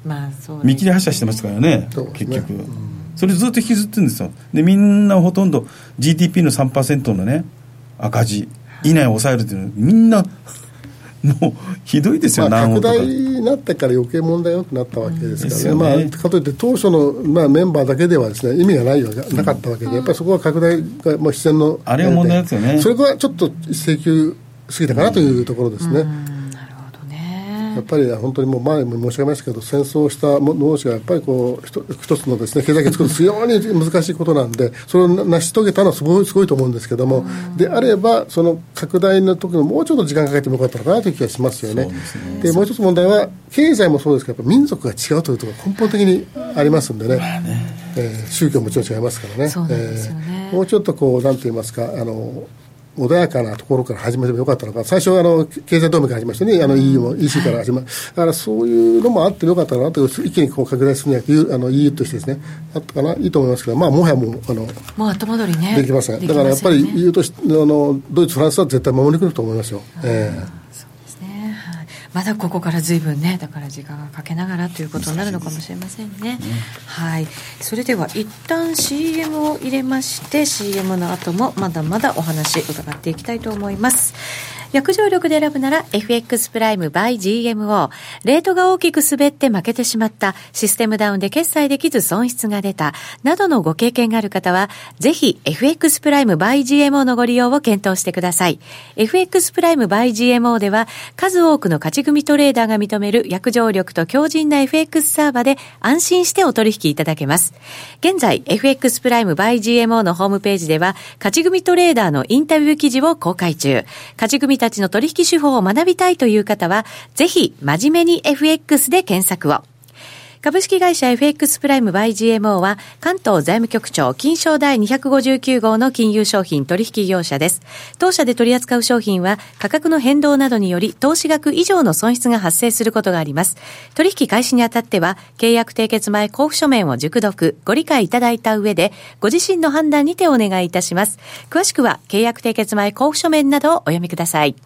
D: 見切り発車してますからね、結局、うん、それずっと引きずってるんですよ。でみんなほとんど ジーディーピー の さんパーセント のね赤字以内を抑えるっていうのはみんなもうひどいですよ、
B: まあ、拡大になってから余計問題が多くなったわけですからね、
D: うん
B: ね、まあ、かといって当初の、まあ、メンバーだけではですね意味がないよなかったわけで、うん、やっぱりそこは拡大がもう必然の
D: あれが問題ですよね。
B: それがちょっと請求過ぎたかなというところですね、
A: うんうん、なるほどね。
B: やっぱり本当にもう前も申し上げましたけど戦争した農師がやっぱりこう一, 一つのですね経済圏を作る非常に難しいことなんでそれを成し遂げたのはすごいすごいと思うんですけども、うん、であればその拡大の時のもうちょっと時間かけてもよかったのかなという気がしますよね。そうですね。でもう一つ問題は経済もそうですけどやっぱ民族が違うというところが根本的にありますんでね、まあねえー、宗教ももちろん違いますからね。
A: そうなんですよね、
B: えー、もうちょっとこうなんて言いますかあの穏やかなところから始めてもよかったのか。最初はあの経済同盟から始まりましたね、あの イーユー も イーシー から始まる、はい、だからそういうのもあってもよかったなという一気にこう拡大するにはあの イーユー としてですねあったかないいと思いますけど、まあもはやもうあの
A: もう後戻りね
B: できません、ね、だからやっぱり イーユー としてあのドイツフランスは絶対守りくると思いますよ、えー
A: まだここから随分ねだから時間がかけながらということになるのかもしれませんね、うん、はい。それでは一旦 シーエム を入れまして シーエム の後もまだまだお話伺っていきたいと思います。約定力で選ぶなら エフエックス プライム by ジーエムオー。 レートが大きく滑って負けてしまった、システムダウンで決済できず損失が出たなどのご経験がある方はぜひ エフエックス プライム by ジーエムオー のご利用を検討してください。 エフエックス プライム by ジーエムオー では数多くの勝ち組トレーダーが認める約定力と強靭な エフエックス サーバーで安心してお取引いただけます。現在 エフエックス プライム by ジーエムオー のホームページでは勝ち組トレーダーのインタビュー記事を公開中。勝ち組たちの取引手法を学びたいという方はぜひ真面目に エフエックス で検索を。株式会社 エフエックス プライム by ジーエムオー は関東財務局長金商第にひゃくごじゅうきゅう号の金融商品取引業者です。当社で取り扱う商品は価格の変動などにより投資額以上の損失が発生することがあります。取引開始にあたっては契約締結前交付書面を熟読ご理解いただいた上でご自身の判断にてお願いいたします。詳しくは契約締結前交付書面などをお読みください。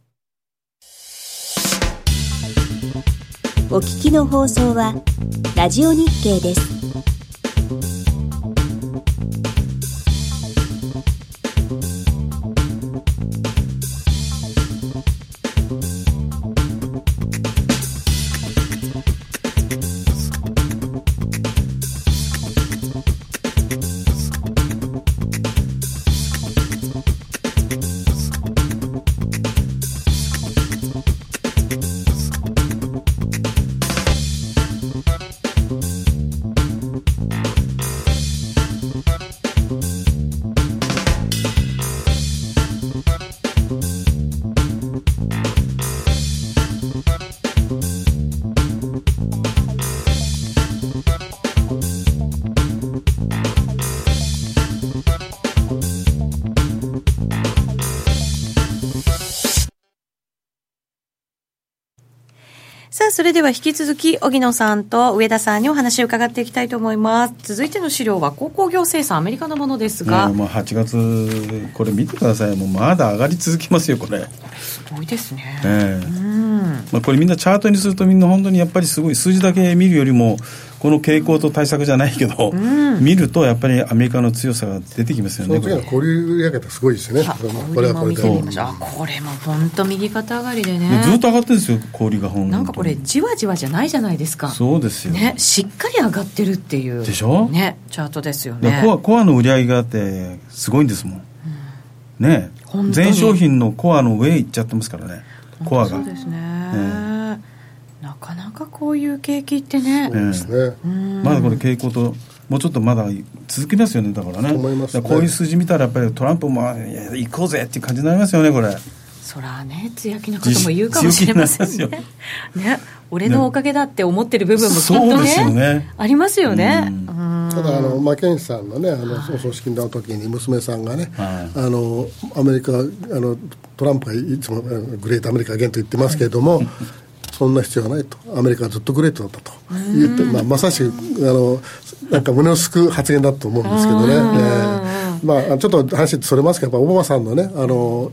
E: お聞きの放送はラジオ日経です。
A: さあそれでは引き続き荻野さんと上田さんにお話を伺っていきたいと思います。続いての資料は鉱工業生産アメリカのものですが、
D: もうはちがつこれ見てください。もうまだ上がり続きますよこれ。これ
A: すごいですね、
D: えーうんまあ、これみんなチャートにするとみんな本当にやっぱりすごい数字だけ見るよりもこの傾向と対策じゃないけど、うん、見るとやっぱりアメリカの強さが出てきますよね。
B: その時の小売売上がすごいですね。
A: これも見てみましょう。あこれも本当右肩上がりでね。
D: ずっと上がってるんですよ小売が本当に。
A: なんかこれじわじわじゃないじゃないですか。
D: そうですよ、
A: ね、しっかり上がってるっていう
D: でしょ、
A: ね、チャートですよね。
D: コア、コアの売り上げがあってすごいんですもん、うん、ね全商品のコアの上いっちゃってますからね。コアが
A: そうですね、ねなかなかこういう景気ってね。
B: そうですね、
A: うん、
D: まだこれ傾向ともうちょっとまだ続きますよね。だからね、
B: 思いますね。
D: こういう数字見たらやっぱりトランプも行こうぜっていう感じになりますよねこれ。
A: そらね強気なことも言うかもしれません ね, ね俺のおかげだって思ってる部分もきっと ね, そうですよねありますよね。うん
B: ただあのマケンジさんのねあのお葬式の時に娘さんがね、はい、あのアメリカあのトランプがいつもグレートアメリカアゲンと言ってますけれどもそんな必要はないと。アメリカはずっとグレートだったと言って、まあ、まさしくあのなんか胸をすく発言だと思うんですけどね、えーまあ、ちょっと話それますけどやっぱオバマさんのねあの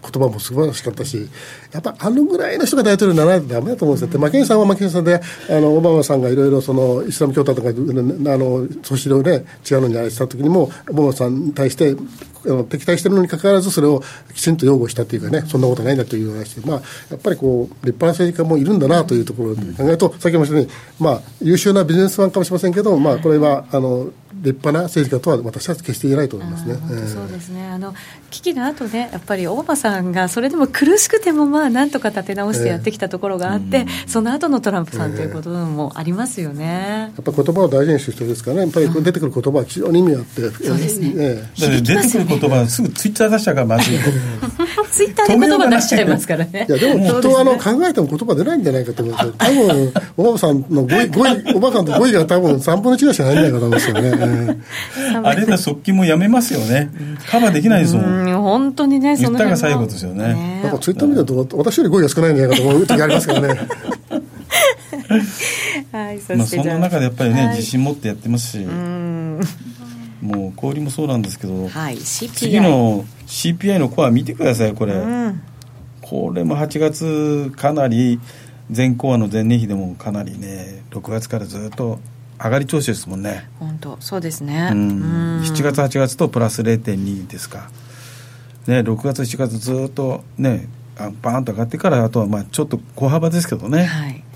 B: 言葉も素晴らしかったし、やっぱあのぐらいの人が大統領にならないとダメだと思うんですよ。でマケンさんはマケンさんで、あのオバマさんがいろいろそのイスラム教徒とかあの組織をね違うのにあれした時にもオバマさんに対して敵対しているのにかかわらずそれをきちんと擁護したというかね、そんなことないんだというようなして、まあ、やっぱりこう立派な政治家もいるんだなというところで考えると、先ほども言ったように、まあ、優秀なビジネスマンかもしれませんけど、まあ、これはあの立派な政治家とは私は決して言えないと思いますね。
A: 本当そうですね、えー、あの危機の後ね、やっぱりオバマさんがそれでも苦しくてもまあなんとか立て直してやってきたところがあって、えー、その後のトランプさんということもありますよね。
B: やっぱり言葉を大事にする人ですからね、やっぱり出てくる言葉は非常に意味があって、うん、
A: そうですね、
B: え
D: ー、出てくる言葉はすぐツイッター出したからまずい
A: ツイッターで言葉出しちゃいますからね。
B: いやでもきっとあの考えても言葉出ないんじゃないかと思うんですよ。多分オバマさんの語彙、語彙おばあさんと語彙が多分さんぶんのいちぐらいしかないんじゃないかと思うんですよね。えー、
D: あれだ側近もやめますよね。カバーできないですもん。
A: うん本当にね、
D: 言ったが最後ですよね。ね
B: なんかツイッター見てると私より語彙が少ないんじゃないかと思う時ありますからね。
A: はい、そして、
D: まあ、そんな中でやっぱりね、はい、自信持ってやってますし、
A: うん
D: もう小売もそうなんですけど、
A: はい、シーピーアイ
D: 次の シーピーアイ のコア見てくださいこれ、うん、これもはちがつかなり前コアの前年比でもかなりねろくがつからずっと上がり調子ですもんね。
A: 本当そうですね、
D: うん
A: うん、
D: しちがつはちがつとプラス ゼロてんに ですか、ね、ろくがつしちがつずっとねバーンと上がってからあとはまあちょっと小幅ですけどね、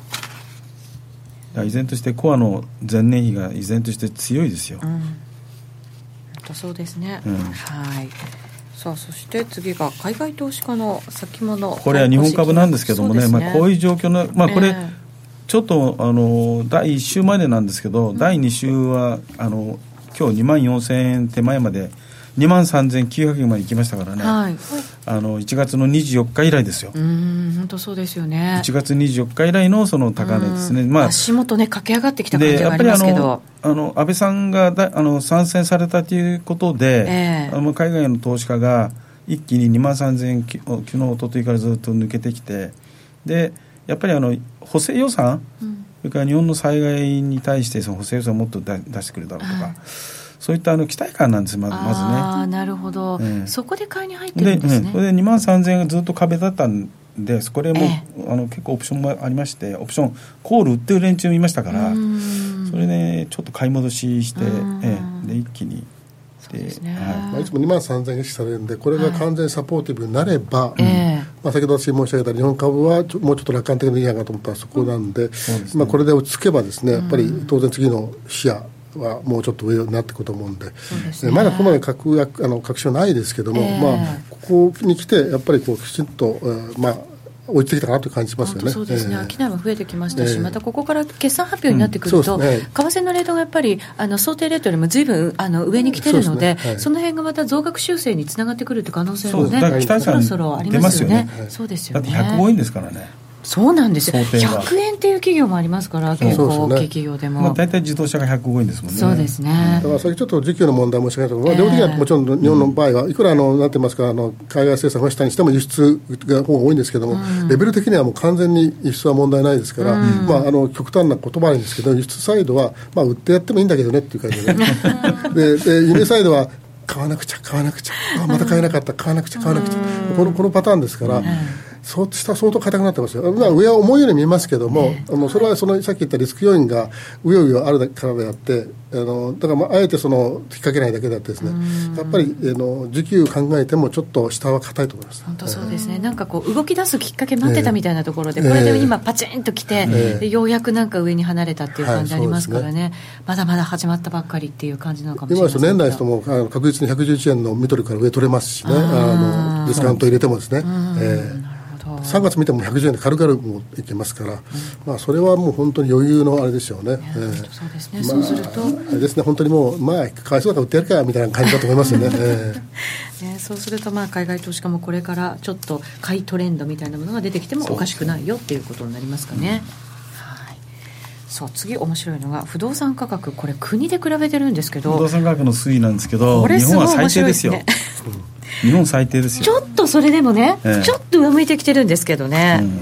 D: はい、依然としてコアの前年比が依然として強いですよ、
A: うんそうですね、
D: うん、
A: はい。さあそして次が海外投資家の先物、
D: これは日本株なんですけども ね, ね、まあ、こういう状況の、まあ、これ、えー、ちょっとあのだいいっ週までなんですけど、うん、だいに週はあの今日にまんよんせんえん手前までにまんさんぜんきゅうひゃくえんまで行きましたからね、はい、あのいちがつのにじゅうよっか以来ですよ。
A: うーん本当そうですよね。
D: いちがつにじゅうよっか以来のその高値ですね、まあ、
A: 足元ね駆け上がってきた感じがありますけど、
D: あの安倍さんがだあの参戦されたということで、
A: えー、
D: あの海外の投資家が一気ににまんさんぜんえんき昨日一昨日からずっと抜けてきて、でやっぱりあの補正予算、うん、それから日本の災害に対してその補正予算をもっと出してくれたりとか、はい、そういったあの期待感なんですまず、まずね。
A: あなるほど、ええ、そこで買いに入ってるんですね。で、
D: それでにまんさんぜんえんがずっと壁だったんで、これも、ええ、あの結構オプションもありまして、オプションコール売ってる連中もいましたから、それでちょっと買い戻しして、ええ、で一気に
A: そうですね、
B: はいまあ、いつもにまんさんぜんえん意識されるんで、これが完全サポーティブになれば、はいまあ、先ほど私申し上げた日本株はちょもうちょっと楽観的にいいやがと思ったらそこなんで、うんでまあ、これで落ち着けばですね、やっぱり当然次の視野はもうちょっと上になっていくと思うんで、で、ね、まだここまで確約あの確証ないですけども、えーまあ、ここに来てやっぱりこうきちんと、えーまあ追いついてきたかなという感じしますよね。
A: そうですね、
B: えー、
A: 商いも増えてきましたし、えー、またここから決算発表になってくると、うんね、為替のレートがやっぱりあの想定レートよりもずいぶんあの上に来てるので、 そ, で、ねはい、その辺がまた増額修正につながってくるという可能性もね、そろそろありますよね。そうですよね。
D: だってひゃくごえんですからね。
A: そうなんですよ。ひゃくえんっていう企業もありますから、結構大きい企業でも、
D: まあ、大体自動車がひゃくごえんですもんね。
A: そうですね。
B: だから先ちょっと時給の問題申し上げたけど、まあ、両的にはもちろん日本の場合はいくらあのなんて言いますか、あの海外政策をしたにしても輸出が方が多いんですけども、うん、レベル的にはもう完全に輸出は問題ないですから、うんまあ、あの極端な言葉なんですけど、輸出サイドは、まあ、売ってやってもいいんだけどねっていう感じでねで, で輸入サイドは買わなくちゃ買わなくちゃあまた買えなかった買わなくちゃ買わなくちゃ、このこのパターンですから、うんそうした相当硬くなってますよ。上は重いように見えますけども、ね、あのそれはそのさっき言ったリスク要因がうようよあるからであって、あのだからまああえてその引っ掛けないだけであってですね、やっぱりあの時給考えてもちょっと下は硬いと思います。
A: 本当そうですね、なんかこう動き出すきっかけ待ってたみたいなところで、えー、これで今パチンときて、えー、ようやくなんか上に離れたっていう感じありますからね、はいね、まだまだ始まったばっかりっていう感じなのかもしれません。
B: 今年年内ともあの確実にひゃくじゅういちえんのミドルから上取れますしね、あのディスカウント入れてもですね、えーさんがつ見てもひゃくじゅうえんで軽々もういけますから、うんまあ、それはもう本当に余裕のあれですよね。
A: えー、そうですね、まあ、そうすると
B: あれですね、本当にもう、まあ、かわいそうだから売ってやるかみたいな感じだと思いますよね。え
A: ーね、そうするとまあ海外投資家もこれからちょっと買いトレンドみたいなものが出てきてもおかしくないよっていうことになりますかね。うんはい、そう次面白いのが不動産価格、これ国で比べてるんですけど、
D: 不動産価格の推移なんですけど、日本は最低ですよ。日本最低ですよ。
A: ちょっとそれでもね、ええ、ちょっと上向いてきてるんですけどね、
D: うん、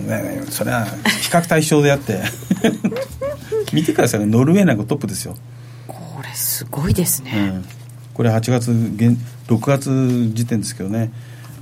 D: それは比較対象であって見てくださいね、ノルウェーなんかトップですよ。
A: これすごいですね、
D: うん、これはちがつろくがつ時点ですけどね、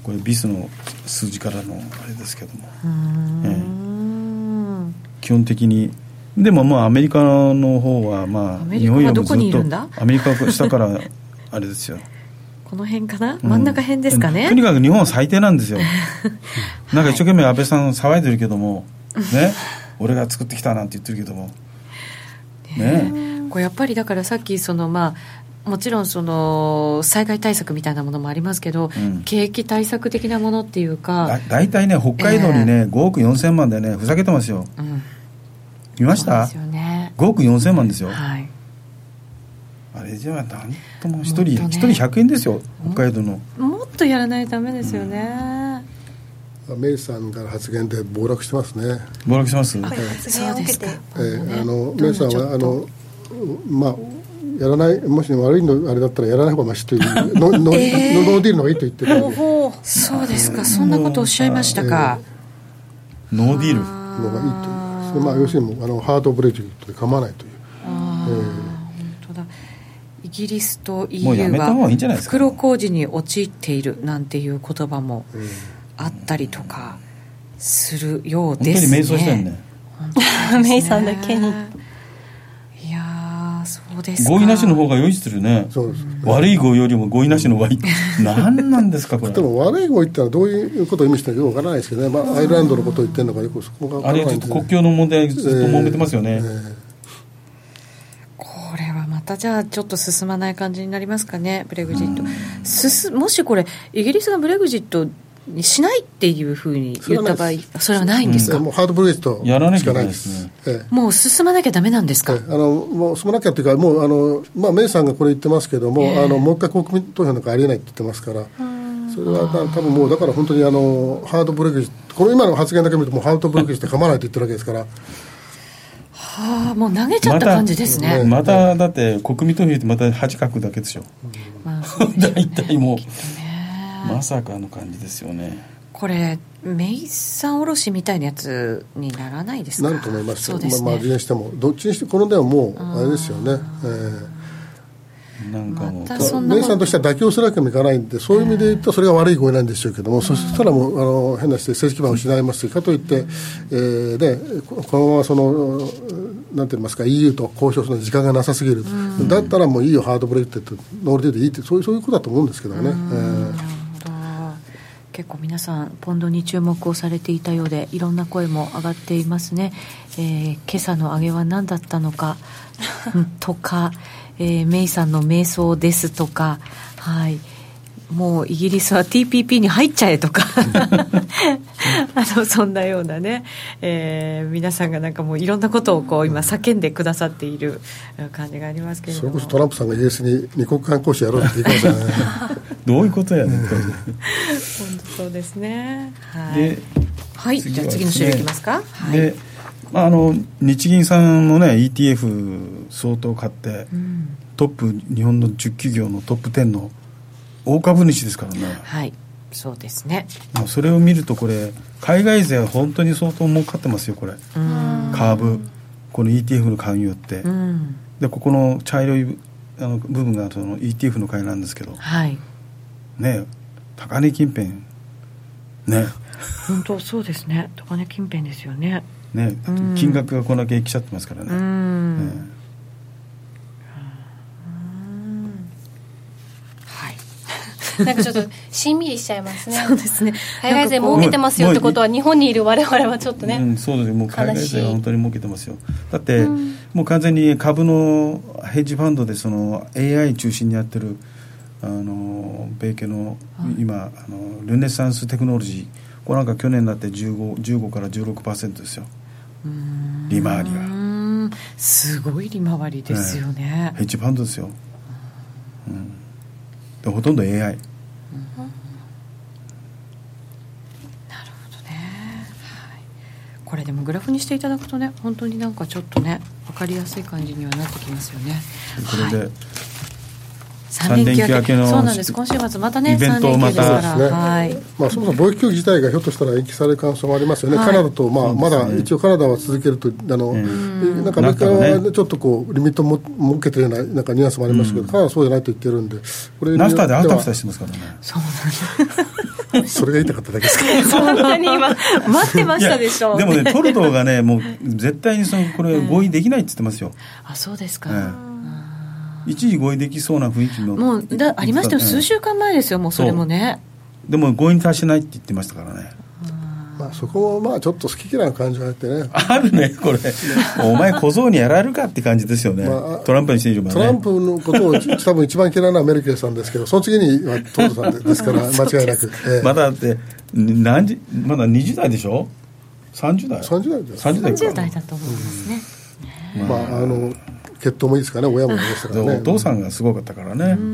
D: これビスの数字からのあれですけども、
A: うーん、
D: ええ、基本的にでもまあアメリカの方はまあ
A: アメリカはどこにいるんだ？
D: アメリカは下からあれですよ
A: この辺かな、真ん中辺ですかね、
D: うん、とにかく日本は最低なんですよなんか一生懸命安倍さん騒いでるけどもね俺が作ってきたなんて言ってるけどもねえ、
A: これやっぱりだからさっきそのまあもちろんその災害対策みたいなものもありますけど、うん、景気対策的なものっていうか
D: だ大体ね北海道にね、えー、ごおくよんせんまんでねふざけてますよ、うん、見ました？そうですよね、ごおくよんせんまんですよ、はい、あれじゃあなんとも一人一、ね、人ひゃくえんですよ北海道の。
A: もっとやらないとダメですよね、
B: うん、メイさんから発言で暴落してますね。
D: 暴落してます、
C: はい、発言を受けて、
B: えー、あのメイさんはあのまあやらないもし悪いのあれだったらやらない方がましというノ, ノ, えー、ノーディールの方がいいと言ってたので
A: そうですか、そんなことおっしゃいましたか、
D: えー、ノーディール
B: のがいいという、まあ、要するにあのハードブレーキで構わないという、
A: あ、えー、本当だ。イギリスと イーユー は袋小路に陥っているなんていう言葉もあったりとかするようですね。
D: 本当に迷走したよね
C: メイさんだけに。
A: いやそうですか。
D: 合意なしの方が良いするね。
B: そうです、ね、
D: 悪い合意よりも合意なしの方がいい何なんですかこれ。
B: でも悪い合意ってのはどういうことを意味してるかよくわからないですけどね、まあ、アイルランドのことを言ってるのかよくそこがわからないんです、ね、
D: あれちょっと国境の問題ずっと揉めてますよね、
B: えーえー
A: これはまたじゃあちょっと進まない感じになりますかね、ブレグジット。すもしこれイギリスがブレグジットにしないっていうふうに言った場合、それはないんですか？
B: うん、もうハードブレグジット
D: やらなきゃいけないですね、
B: ええ、
A: もう進まなきゃダメなんですか？
B: ええ、あのもう進まなきゃというかもうあの、まあ、メイさんがこれ言ってますけども、えー、あのもう一回国民投票なんかありえないって言ってますから、それは多分もうだから本当にあのハードブレグジット、この今の発言だけ見るともうハードブレグジット構わないと言ってるわけですから
A: はあ、もう投げちゃった感じですね。
D: また、まただって国民投票ってまたはち書くだけでしょ、うん、まあ、大体もう、ね、まさかの感じですよね。
A: これメイさんおろしみたいなやつにならないですか？
B: なると思います。
A: そうですね、
B: まあ、まあ、いずれにしてもどっちにしてこのではもうあれですよね、えー
D: なんかもう
B: メイさんとしては妥協するわけにもいかないんで、そういう意味で言うとそれが悪い合意なんでしょうけども、そしたらもうあの変なして政治基盤を失いますかといって、えー、でこのままそのなんて言いますか イーユー と交渉するのに時間がなさすぎる、だったらもういいよハードブレイクってノーディールでいいってそういう、そういうことだと思うんですけどね。
A: 結構皆さんポンドに注目をされていたようでいろんな声も上がっていますね、えー、今朝の上げは何だったのかとか、えー、メイさんの瞑想ですとか、はい、もうイギリスは ティーピーピー に入っちゃえとかあのそんなようなね、えー、皆さんがなんかもういろんなことをこう今叫んでくださっている感じがありますけれども、
B: それこそトランプさんがイギリスに二国間講師やろうって言いましたね
D: どういうことやねん本
A: 当そうですね、はい、
D: で、
A: はい、じゃあ次の資料いきますか。はい、
D: であの日銀さんのね イーティーエフ 相当買って、うん、トップ日本のじゅう企業のトップじゅうの大株主ですからね。
A: はい、そうですね。
D: もうそれを見るとこれ海外勢は本当に相当儲かってますよこれ。うん、カーブこの イーティーエフ の買いによって、うん、でここの茶色いあの部分がその イーティーエフ の買いなんですけど、
A: はい、
D: ね高値近辺ね
A: 本当そうですね、高値近辺ですよね。
D: ね、金額がこんだけ来ちゃってますからね。うん、ね、
C: はいなんかちょっとしんみりしちゃいますね。
A: そうですね。
C: 海外勢儲けてますよってことは日本にいる我々はちょっとね、
D: うん、そうです。もう海外勢は本当に儲けてますよ。だって、うん、もう完全に株のヘッジファンドでその エーアイ 中心にやってるあの米系の今あのルネサンステクノロジー、これなんか去年になってじゅうご、じゅうごからじゅうろくパーセント ですよ。うーん、利回りが
A: すごい利回りですよね。ね、
D: ヘッジファンドですよ。うん、でほとんど エーアイ。うん、なるほ
A: どね、はい。これでもグラフにしていただくとね、本当になんかちょっとね分かりやすい感じにはなってきますよね。
D: これで、
A: はい、 さん連休明けのそうなんです。今週末またね
D: イベントをまた、
A: さん連休ですから、はい、
B: まあ、そもそも貿易協議自体がひょっとしたら延期される可能性もありますよね、はい、カナダと、まあ、まだ一応カナダは続けると、あの、うん、なんかアメリカは、ね、ちょっとこうリミットも設けてるような、なんかニュアンスもありますけど、うん、カナダはそうじゃないと言ってるんで、これ
D: ナフタであたふたしてますからね。
A: そうなんです
B: それが言いたかっただけですか
A: そんなに今待ってましたでしょう、
D: ね、でもねトルドーがねもう絶対にそのこれ合意できないって言ってますよ、
A: うん、あそうですか、
D: ええ、一時合意できそうな雰囲気の
A: もうだありましたよ、数週間前ですよ、もうそれもね。
D: でも合意に達しないって言ってましたからね。
B: まあ、そこもまあちょっと好き嫌いの感じがあってね、
D: あるねこれお前小僧にやられるかって感じですよね、まあ、トランプにしているもね、
B: トランプのことを多分一番嫌いなのはメルケルさんですけど、その次にはトルドーさんですから間違いなく、ええ、
D: まだって何時まだにじゅう代でしょ、さんじゅう代
B: さんじゅう代です、
A: さんじゅう代だと思いますね、
B: うん、まあ、あの血統もいいですからね、親もいいですからね、
D: お父さんがすごかったからね、うん、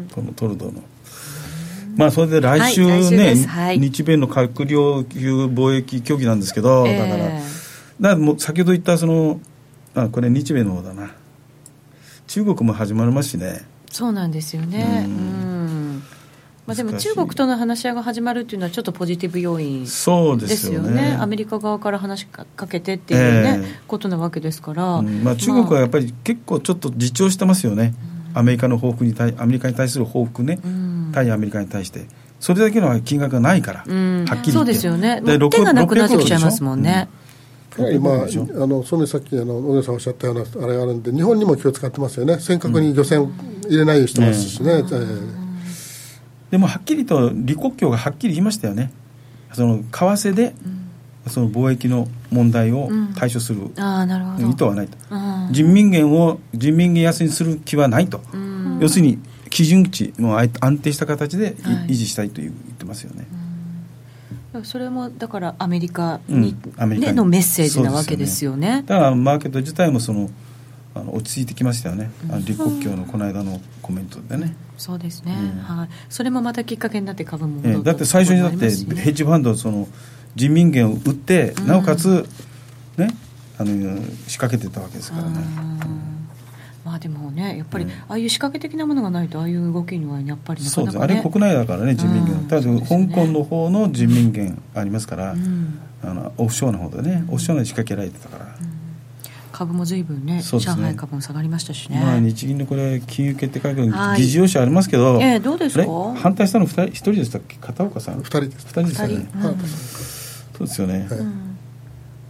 D: このトルドーの、まあ、それで来週ね、はい、来週はい、日米の閣僚級貿易協議なんですけど、えー、だからだからもう先ほど言ったそのあこれ日米の方だな、中国も始まりますしね。
A: そうなんですよね、うん、うんまあ、でも中国との話し合いが始まるっていうのはちょっとポジティブ要因ですよ ね, そうですよね。アメリカ側から話しかけてっていう、ねえー、ことなわけですから、
D: うんまあ、中国はやっぱり結構ちょっと自重してますよね、アメリカの報復に対アメリカに対する報復ね、うん、対アメリカに対してそれだけの金額がないから、うん、はっきり言って
A: そうですよね。手がなくなってきちゃいますもんね。
B: やはり、まあ、あのそのさっきあの小野さんおっしゃったようなあれがあるんで、日本にも気を使ってますよね。尖閣に漁船入れないようにしてますしね、うんね、
D: でもはっきりと李克強がはっきり言いましたよね。その為替で、うん、その貿易の問題を対処する意図はないと、うん、人民元を人民元安にする気はないと、うん、要するに基準値も安定した形で維持したいという言ってますよね、
A: はい、それもだからアメリカに、うん、アメリカにでのメッセージなわけですよね。
D: だからマーケット自体もそのあの落ち着いてきましたよね、うん、李克強のこの間のコメントでね、うん、
A: そうですね、うんはい、それもまたきっかけになって株も戻った、
D: えー、だって最初にだってヘッジファンドその人民元を売って、うん、なおかつ、ね、あの仕掛けてたわけですからね、うん
A: まあ、でもねやっぱり、うん、ああいう仕掛け的なものがないとああいう動きにはやっぱりなかなか、ね、
D: そうですあれ国内だからね人民元、うん、ただ、ね、香港の方の人民元ありますから、うん、あのオフショアの方でね、うん、オフショアで仕掛けられてたから、うん、株
A: も随分 ね, ね上海株も下がりましたしね、
D: まあ、日銀のこれ金融決定会合の議事要旨ありますけど、
A: えー、どうですか
D: 反対したのふたりひとりでしたっけ片岡さん
B: ふたりです
D: ふたりですよね、うん、そうですよね、はい、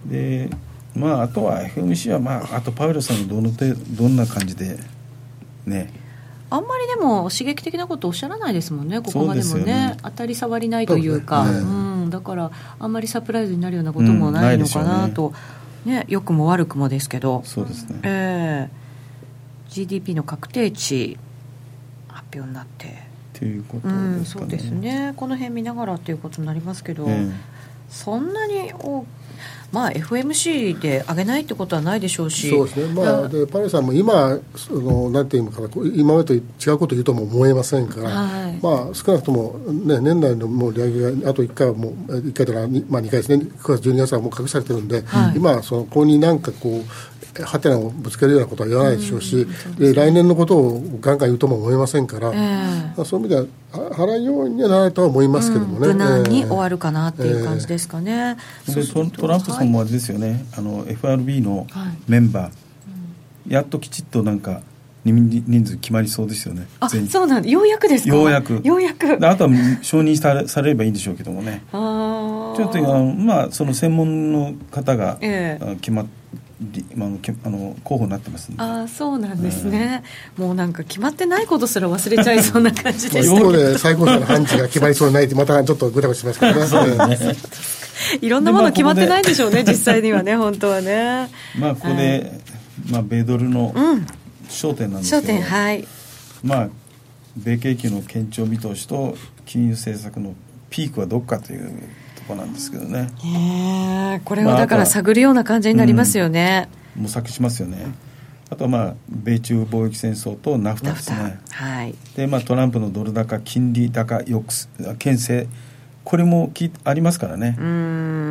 D: でまあ、あとは エフエムシー は、まあ、あとパウエルさんのどの手どんな感じでね
A: あんまりでも刺激的なことおっしゃらないですもんねここまでも ね, ね当たり障りないというかう、ねうん、だからあんまりサプライズになるようなこともないのかなと、うんねね、良くも悪くもですけど
D: そうですね、
A: えー、ジーディーピー の確定値発表になって
D: ということですかね、うん、
A: そうですねこの辺見ながらということになりますけど、えー、そんなに大まあ、エフエムシー で上げないってことはないでしょうし
B: そうですね、まあ、でパレさんも今そのなんていうのかな今までと違うことを言うとも思えませんから、はいまあ、少なくとも、ね、年内のもう利上げがあといっかいはもういっかいとか、まあ、にかいですねくがつじゅうにがつはもう隠されてるんで、はい、今そのここになんかこうハテナをぶつけるようなことは言わないでしょうし、うん、で来年のことをガンガン言うとも思えませんから、えーまあ、そういう意味では払うようにはなるとは思いますけどもね、
A: うん、無難に終わるかなっていう感じですかね、
D: えー、で ト, トランプさんもあれですよね、はい、あの エフアールビー のメンバー、はいうん、やっときちっとなんか人数決まりそうですよね。
A: あ、そうなんだ。ようやくですか。
D: ようやく。
A: ようやく。
D: あとは承認さ, されればいいんでしょうけどもね。あちょっとあのまあその専門の方が、えー、決まっまあ、あの候補になってますんで。
A: あ、そうなんですね、うん、もうなんか決まってないことすら忘れちゃいそうな感じでした
B: 一方で最高裁の判事が決まりそうにないってまたちょっとぐたぐたしますからねそうですね
A: いろんなもの決まってないんでしょうね実際にはね本当はね。
D: まあここで、はいまあ、米ドルの焦点なんですけど、
A: 焦点はい
D: まあ米景気の堅調見通しと金融政策のピークはどっかというところなんですけどね。
A: えー、これをだから探るような感じになりますよね、
D: うん、模索しますよね。あとはまあ米中貿易戦争とナフタですね。
A: はい
D: でまあ、トランプのドル高金利高抑制牽制これもきありますからね。うーん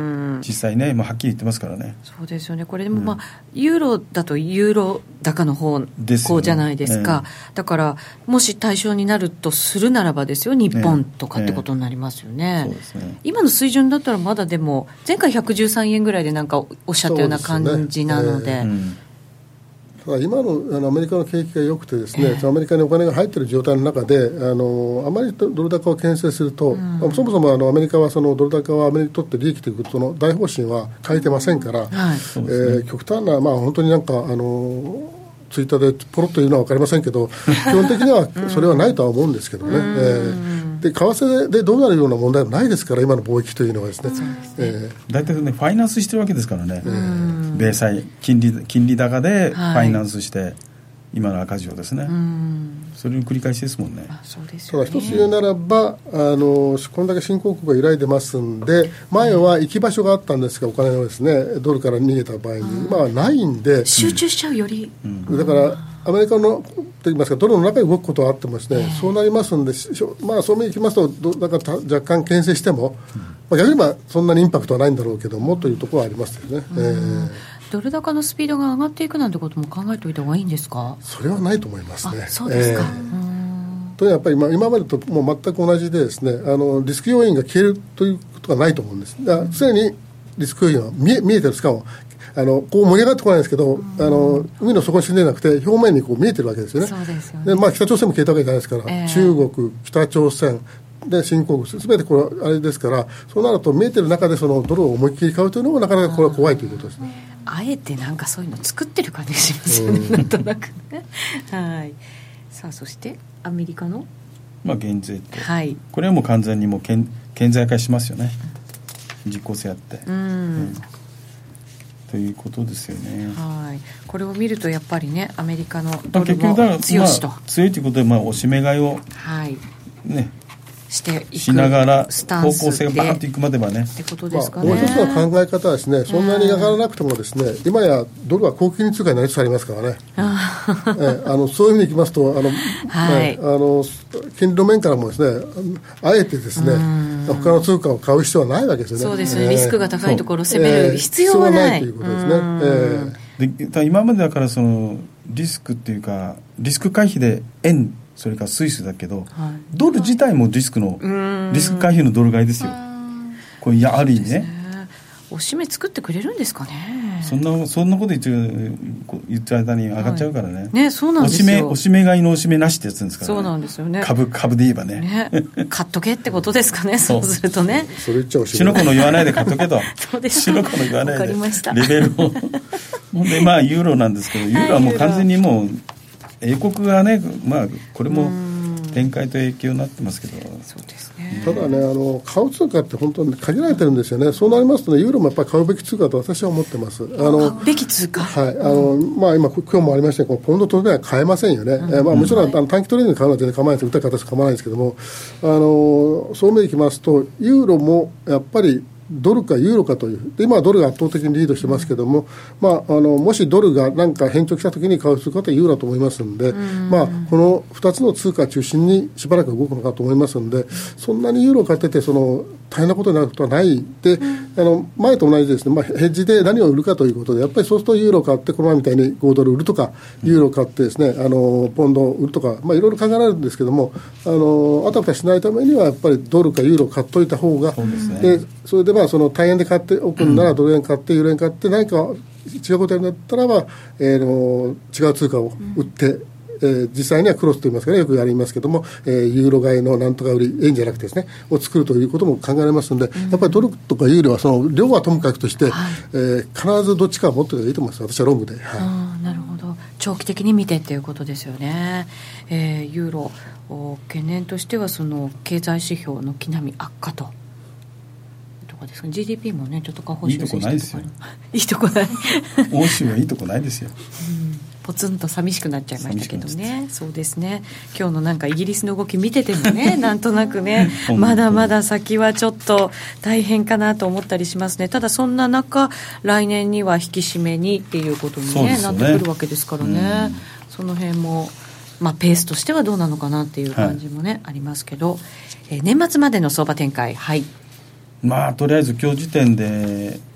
D: 実際ね、まあ、はっきり言ってますからね。
A: そうですよね。これでも、まあ、うん、ユーロだとユーロ高の方向じゃないですか、ね、えー、だからもし対象になるとするならばですよ、日本とかってことになりますよね。えーえー、そうですね。今の水準だったらまだでも前回ひゃくじゅうさんえんぐらいでなんかおっしゃったような感じなので、
B: 今 の, あのアメリカの景気が良くてですね、えー、アメリカにお金が入っている状態の中であのあまりドル高を牽制すると、うん、まあ、そもそもあのアメリカはそのドル高はアメリカにとって利益ということの大方針は変えてませんから、はい、えー、極端な、まあ、本当になんかあのツイッターでポロッと言うのは分かりませんけど基本的にはそれはないとは思うんですけどね、うん、えー、で為替でどうなるような問題はないですから、今の貿易というのはですね、えー、
D: 大体ねファイナンスしてるわけですからね、うん、米債金利、金利高でファイナンスして、はい、今の赤字をですね、うん、それの繰り返しですもんね。
A: あ、そうですよね。
B: ただ一つ言うならば、あのこれだけ新興国が揺らいでますんで、前は行き場所があったんですが、お金のですねドルから逃げた場合に今はないんで、
A: 集中しちゃうより、
B: うん、だからアメリカのといいますかドルの中に動くことはあってもですね、えー、そうなりますんで、まあ、そうめいきますとだから若干牽制しても、うん、まあ、逆に言えばそんなにインパクトはないんだろうけどもというところはありますよね。うん、えー
A: ドル高のスピードが上がっていくなんてことも考えておいた方がいいんですか？
B: それはないと思いますね。
A: あ、そうですか。え
B: ー、とやっぱり今、今までともう全く同じでですね、あのリスク要因が消えるということがないと思うんです。だから常にリスク要因は見え、見えてる、しかもあのこう盛り上がってこないんですけど、あの海の底に沈んでなくて表面にこう見えてるわけですよね。
A: そうですよね。
B: で、まあ、北朝鮮も消えたわけじゃないですから、えー、中国、北朝鮮で新興国すべてこれあれですから、そうなると見えてる中でそのドルを思いっきり買うというのもなかなかこれは怖いということですね。
A: あえてなんかそういうの作ってる感じがしますよね、うん、なんとなくね。はい。さあそしてアメリカの、
D: まあ、減税と、
A: はい、
D: これはもう完全にもう顕在化しますよね、実効性あって、
A: うんうん、
D: ということですよね。
A: はい。これを見るとやっぱりね、アメリカのドルも強しと、
D: まあ、強いということで、まあ、おしめ買いを、
A: はい
D: ね、
A: していく
D: しながら
A: スタンスで
D: 方向性がバーッといくまではね
A: ってことですかね。
B: まあ、もう一つの考え方はですね、そんなに上がらなくてもですね、今やドルは高金利通貨になりつつありますからね。えあのそういうふうにいきますと、あの、はい、ね、あの金利の面からもですね、あえてですね、他の通貨を買う必要はないわけですよね。
A: そうですね、えー、リスクが高いところを攻める必要はない、
B: えー、必要はないということですね。え
D: ー、で今までだからそのリスクっていうかリスク回避で円それからスイスだけど、はい、ドル自体もリスクのリスク回避のドル買いですよ。これやある意味ね、
A: おしめ作ってくれるんですかね。
D: そんなそんなこと言ってる言ってる間に上がっちゃうからね、はい、
A: ね、そうなんですよ。
D: おしめおしめ買いのおしめなしってやつですから、ね、
A: そうなんですよね。
D: 株株で言えば ね,
A: ね買っとけってことですかね。そうするとね、
B: それ言っちゃおしめ
D: 白子の言わないで買っとけと
A: そうです。
D: 白子の言わないで
A: わかりました。
D: レベルをほんでまあユーロなんですけど、ユーロはもう完全にもう英国がね、まあこれも展開と影響になってますけど、
A: そうですね。
B: ただね、あの買う通貨って本当に限られてるんですよね。そうなりますとね、ユーロもやっぱり買うべき通貨と私は思ってます。あの
A: 買うべき通貨、
B: はい、あのまあ、今今日もありましたけど、ポンドトレードは買えませんよね、うん、えーまあ、もちろん、はい、あの短期トレードに買うのは全然構わないです、打った形構わないですけども、あのそう見ていきますとユーロもやっぱりドルかユーロかという、今はドルが圧倒的にリードしてますけども、まあ、あのもしドルがなんか変調したときに買う通貨はユーロだと思いますので、まあ、このふたつの通貨中心にしばらく動くのかと思いますので、そんなにユーロを買っててその大変なことになることはないで、あの前と同じですね、まあ、ヘッジで何を売るかということで、やっぱりそうするとユーロを買ってこの前みたいにごドル売るとか、ユーロを買ってですね、あのポンドを売るとか、まあ、いろいろ考えられるんですけども、あのあたふたしないためにはやっぱりドルかユーロを買っといた方が、そうですね。でそれでまあその大円で買っておくならドル円買ってユーロ円買って何か違うことになったらば、えー、の違う通貨を売って、うん、えー、実際にはクロスといいますかね、よくやりますけども、えー、ユーロ買いのなんとか売り円じゃなくてですねを作るということも考えられますので、うん、やっぱりドルとかユーロはその両はともかくとして、はい、えー、必ずどっちかを持っておいた方がいいと思います。私はロングで、はい、
A: あ、なるほど、長期的に見てっていうことですよね。えー、ユーロ懸念としてはその経済指標の軒並み悪化とですか。 ジーディーピー もねちょっと下方修正していいとこないですよ。いいとこない
D: 欧州はいいとこないですよ、
A: うん、ポツンと寂しくなっちゃいましたけどね。そうですね。今日のなんかイギリスの動き見ててもねなんとなくねまだまだ先はちょっと大変かなと思ったりしますね。ただそんな中来年には引き締めにっていうことに、ねね、なってくるわけですからね、うん、その辺もまあ、ペースとしてはどうなのかなっていう感じもね、はい、ありますけど、えー、年末までの相場展開、はい、
D: まあ、とりあえず今日時点で、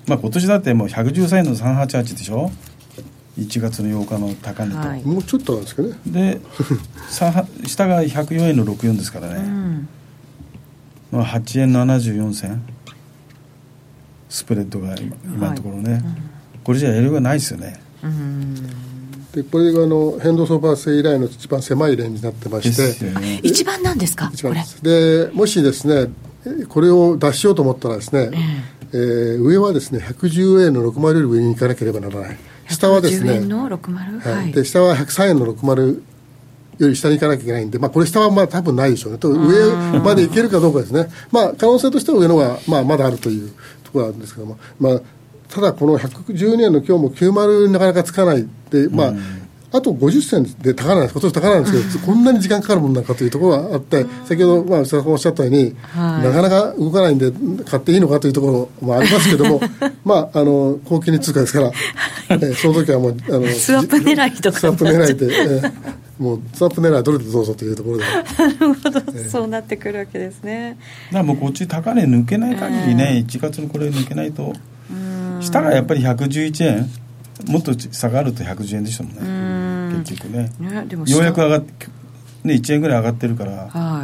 D: まあ、今年だってもうひゃくじゅうさんえんのさんはちはちでしょ、いちがつのようかの高値と、はい、
B: もうちょっとなんですけどね。
D: で下がひゃくよんえんのろくじゅうよんですからね、うんまあ、はちえんななじゅうよんせんスプレッドが 今, 今のところね、はいうん、これじゃやりようがないですよね。うん
B: でこれがあの変動相場制以来の一番狭いレンジになってまして、
A: ね、一番なんですか
B: 一番です。でもしですねこれを脱しようと思ったらですね、えーえー、上はですねひゃくじゅうえんのろくじゅうより上に行かなければならない。下はですねひゃくじゅうえんのろくじゅう、はい、で下はひゃくさんえんのろくじゅうより下に行かなきゃいけないんで、まあ、これ下はまあ多分ないでしょうねと上まで行けるかどうかですね、まあ、可能性としては上の方がまあまだあるというところなんですけども、まあ、ただこのひゃくじゅうねんの今日もきゅうじゅうなかなかつかないで、まああとごじゅっ銭で高なんです、今年高なんですけど、こんなに時間かかるもんなんかというところがあって、先ほど、まあ、内田さんがおっしゃったように、はい、なかなか動かないんで、買っていいのかというところもありますけども、まあ、あの高金利通貨ですから、えー、その時はもう、あの
A: スワップ狙いとか
B: スワップ狙いで、えー、もうスワップ狙いどれでどうぞというところで、
A: なるほど、えー、そうなってくるわけですね。
D: だからもうこっち高値抜けない限りね、えー、いちがつのこれ抜けないと、下がやっぱりひゃくじゅういちえん、もっと下がるとひゃくじゅうえんでしたもんね。うん結局 ね, ねでもようやく上がって、ね、いちえんぐらい上がってるから、はい、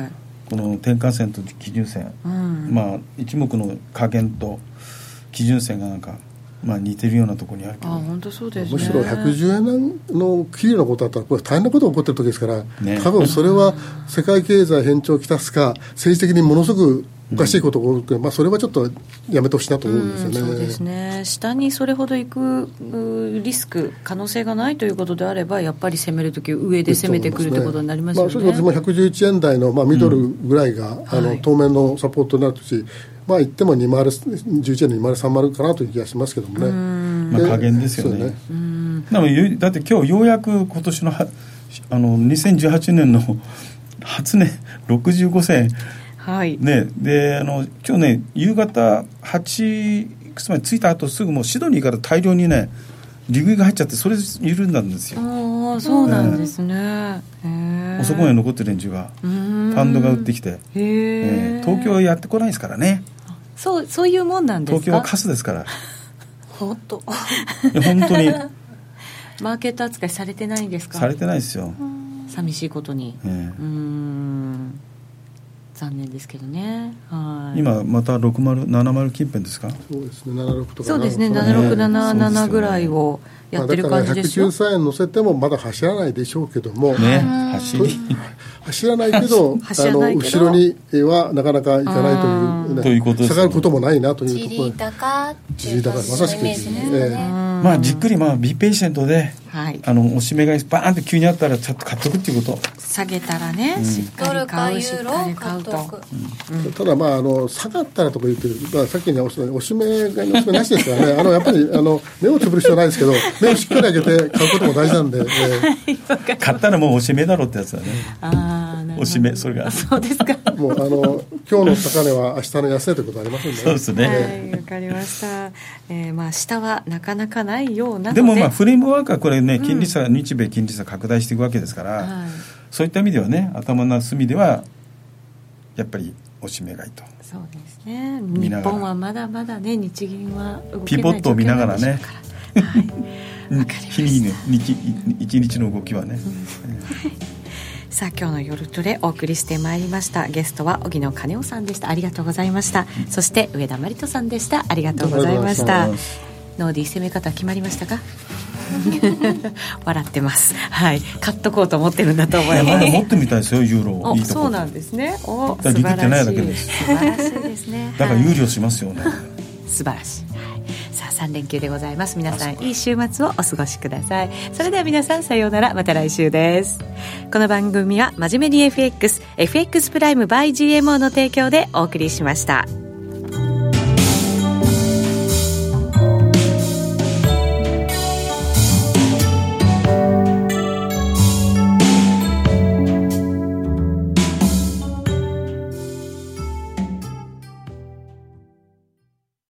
D: この転換線と基準線、うんまあ、一目の下限と基準線がなんか、まあ、似てるようなところにあるけど、あ
A: 本当そうですね、
B: むしろひゃくじゅうえんのきれいなことだったらこれ大変なことが起こってる時ですから、ね、多分それは世界経済変調をきたすか政治的にものすごくおかしいことが起こる、まあ、それはちょっとやめてほしいなと思うんですよね、
A: うん、そうですね。下にそれほど行くリスク可能性がないということであればやっぱり攻めるとき上で攻めてくるということになりますよね。
B: まあ、そうですね、ひゃくじゅういちえん台の、まあ、ミドルぐらいが、うん、あの当面のサポートになるし、まあ、言ってもにじゅういちえんのにせんさんじゅうかなという気がしますけどもね、
D: まあ、加減ですよ ね, ねうんでもだって今日ようやく今年 の, あのにせんじゅうはちねんの初値ろくじゅうごせんはいね、であの今日ね夕方はちつまり着いた後すぐもうシドニーから大量にね利食いが入っちゃってそれ緩んだんですよ。
A: ああそうなんですね、えー、
D: 遅くまで残ってる連中がファンドが売ってきて、えー、東京はやってこないですからね。
A: そう、そういうもんなんですか。
D: 東京はカスですから
A: 本当
D: 本当に
A: マーケット扱いされてないんですか。
D: されてないですよ、
A: 寂しいことに、えー、うーん残念ですけどね。はい
D: 今またろくじゅう、ななじゅう近辺ですか。
B: そうですね、ななじゅうろくとか
A: そうですね、ななじゅうろく、ななじゅうななぐらいをやってる感じですよ。
B: まあ、だからひゃくじゅうさんえん乗せてもまだ走らないでしょうけども、
D: ね、走り
B: 走らないけどあの後ろにはなかなかいかないという、ね、
D: ということですね、
B: 下がることもないなというところ。
C: じり高
B: じり高、まさしくですね、え
D: ー、まあじっくり、まあビーペイシェントで、はい、あの押し目がバーンって急にあったらちょっと買っとくっていうこと。
A: 下げたらね、うん、しっかり買う、しっかり買うと、
B: うん、ただまああの下がったらとか言ってる、まあ、さっきに押し目が押し目なしですからねあのやっぱりあの目をつぶる必要はないですけど目をしっかり上げて買うことも大事なんで、え
D: ー、買ったらもう押し目だろってやつだね。あ押し目、それが
A: そうですか
B: もうあの今日の高値は明日の安値ということはありませんね。
D: そうですね、
A: はい、わかりました、えーまあ、下はなかなかないようなので、
D: でもまあフレームワークはこれね、金利差、うん、日米金利差拡大していくわけですから、はい、そういった意味ではね、頭の隅ではやっぱり押し目買いと。
A: そうですね、日本はまだまだね、日銀は動けない
D: ピボットを見ながらね、
A: はい、
D: 日々ね、一日の動きはね、うん
A: さあ今日の夜トレお送りしてまいりました。ゲストは荻野金夫さんでした。ありがとうございました。そして上田真理人さんでした。ありがとうございました。ノーディー攻め方決まりましたか笑ってます、はい、買っとこうと思ってるんだと思います。
D: 持ってみたいですよ、ユーロ。いいとこ。
A: そうなんですね。お
D: 素晴らしい、てないだけです
A: 素晴らしいですね
D: だから有料しますよね
A: 素晴らしい、はい、さあさん連休でございます。皆さんいい週末をお過ごしください。それでは皆さんさようなら、また来週です。この番組は真面目に エフエックス エフエックス プライム by ジーエムオー の提供でお送りしました。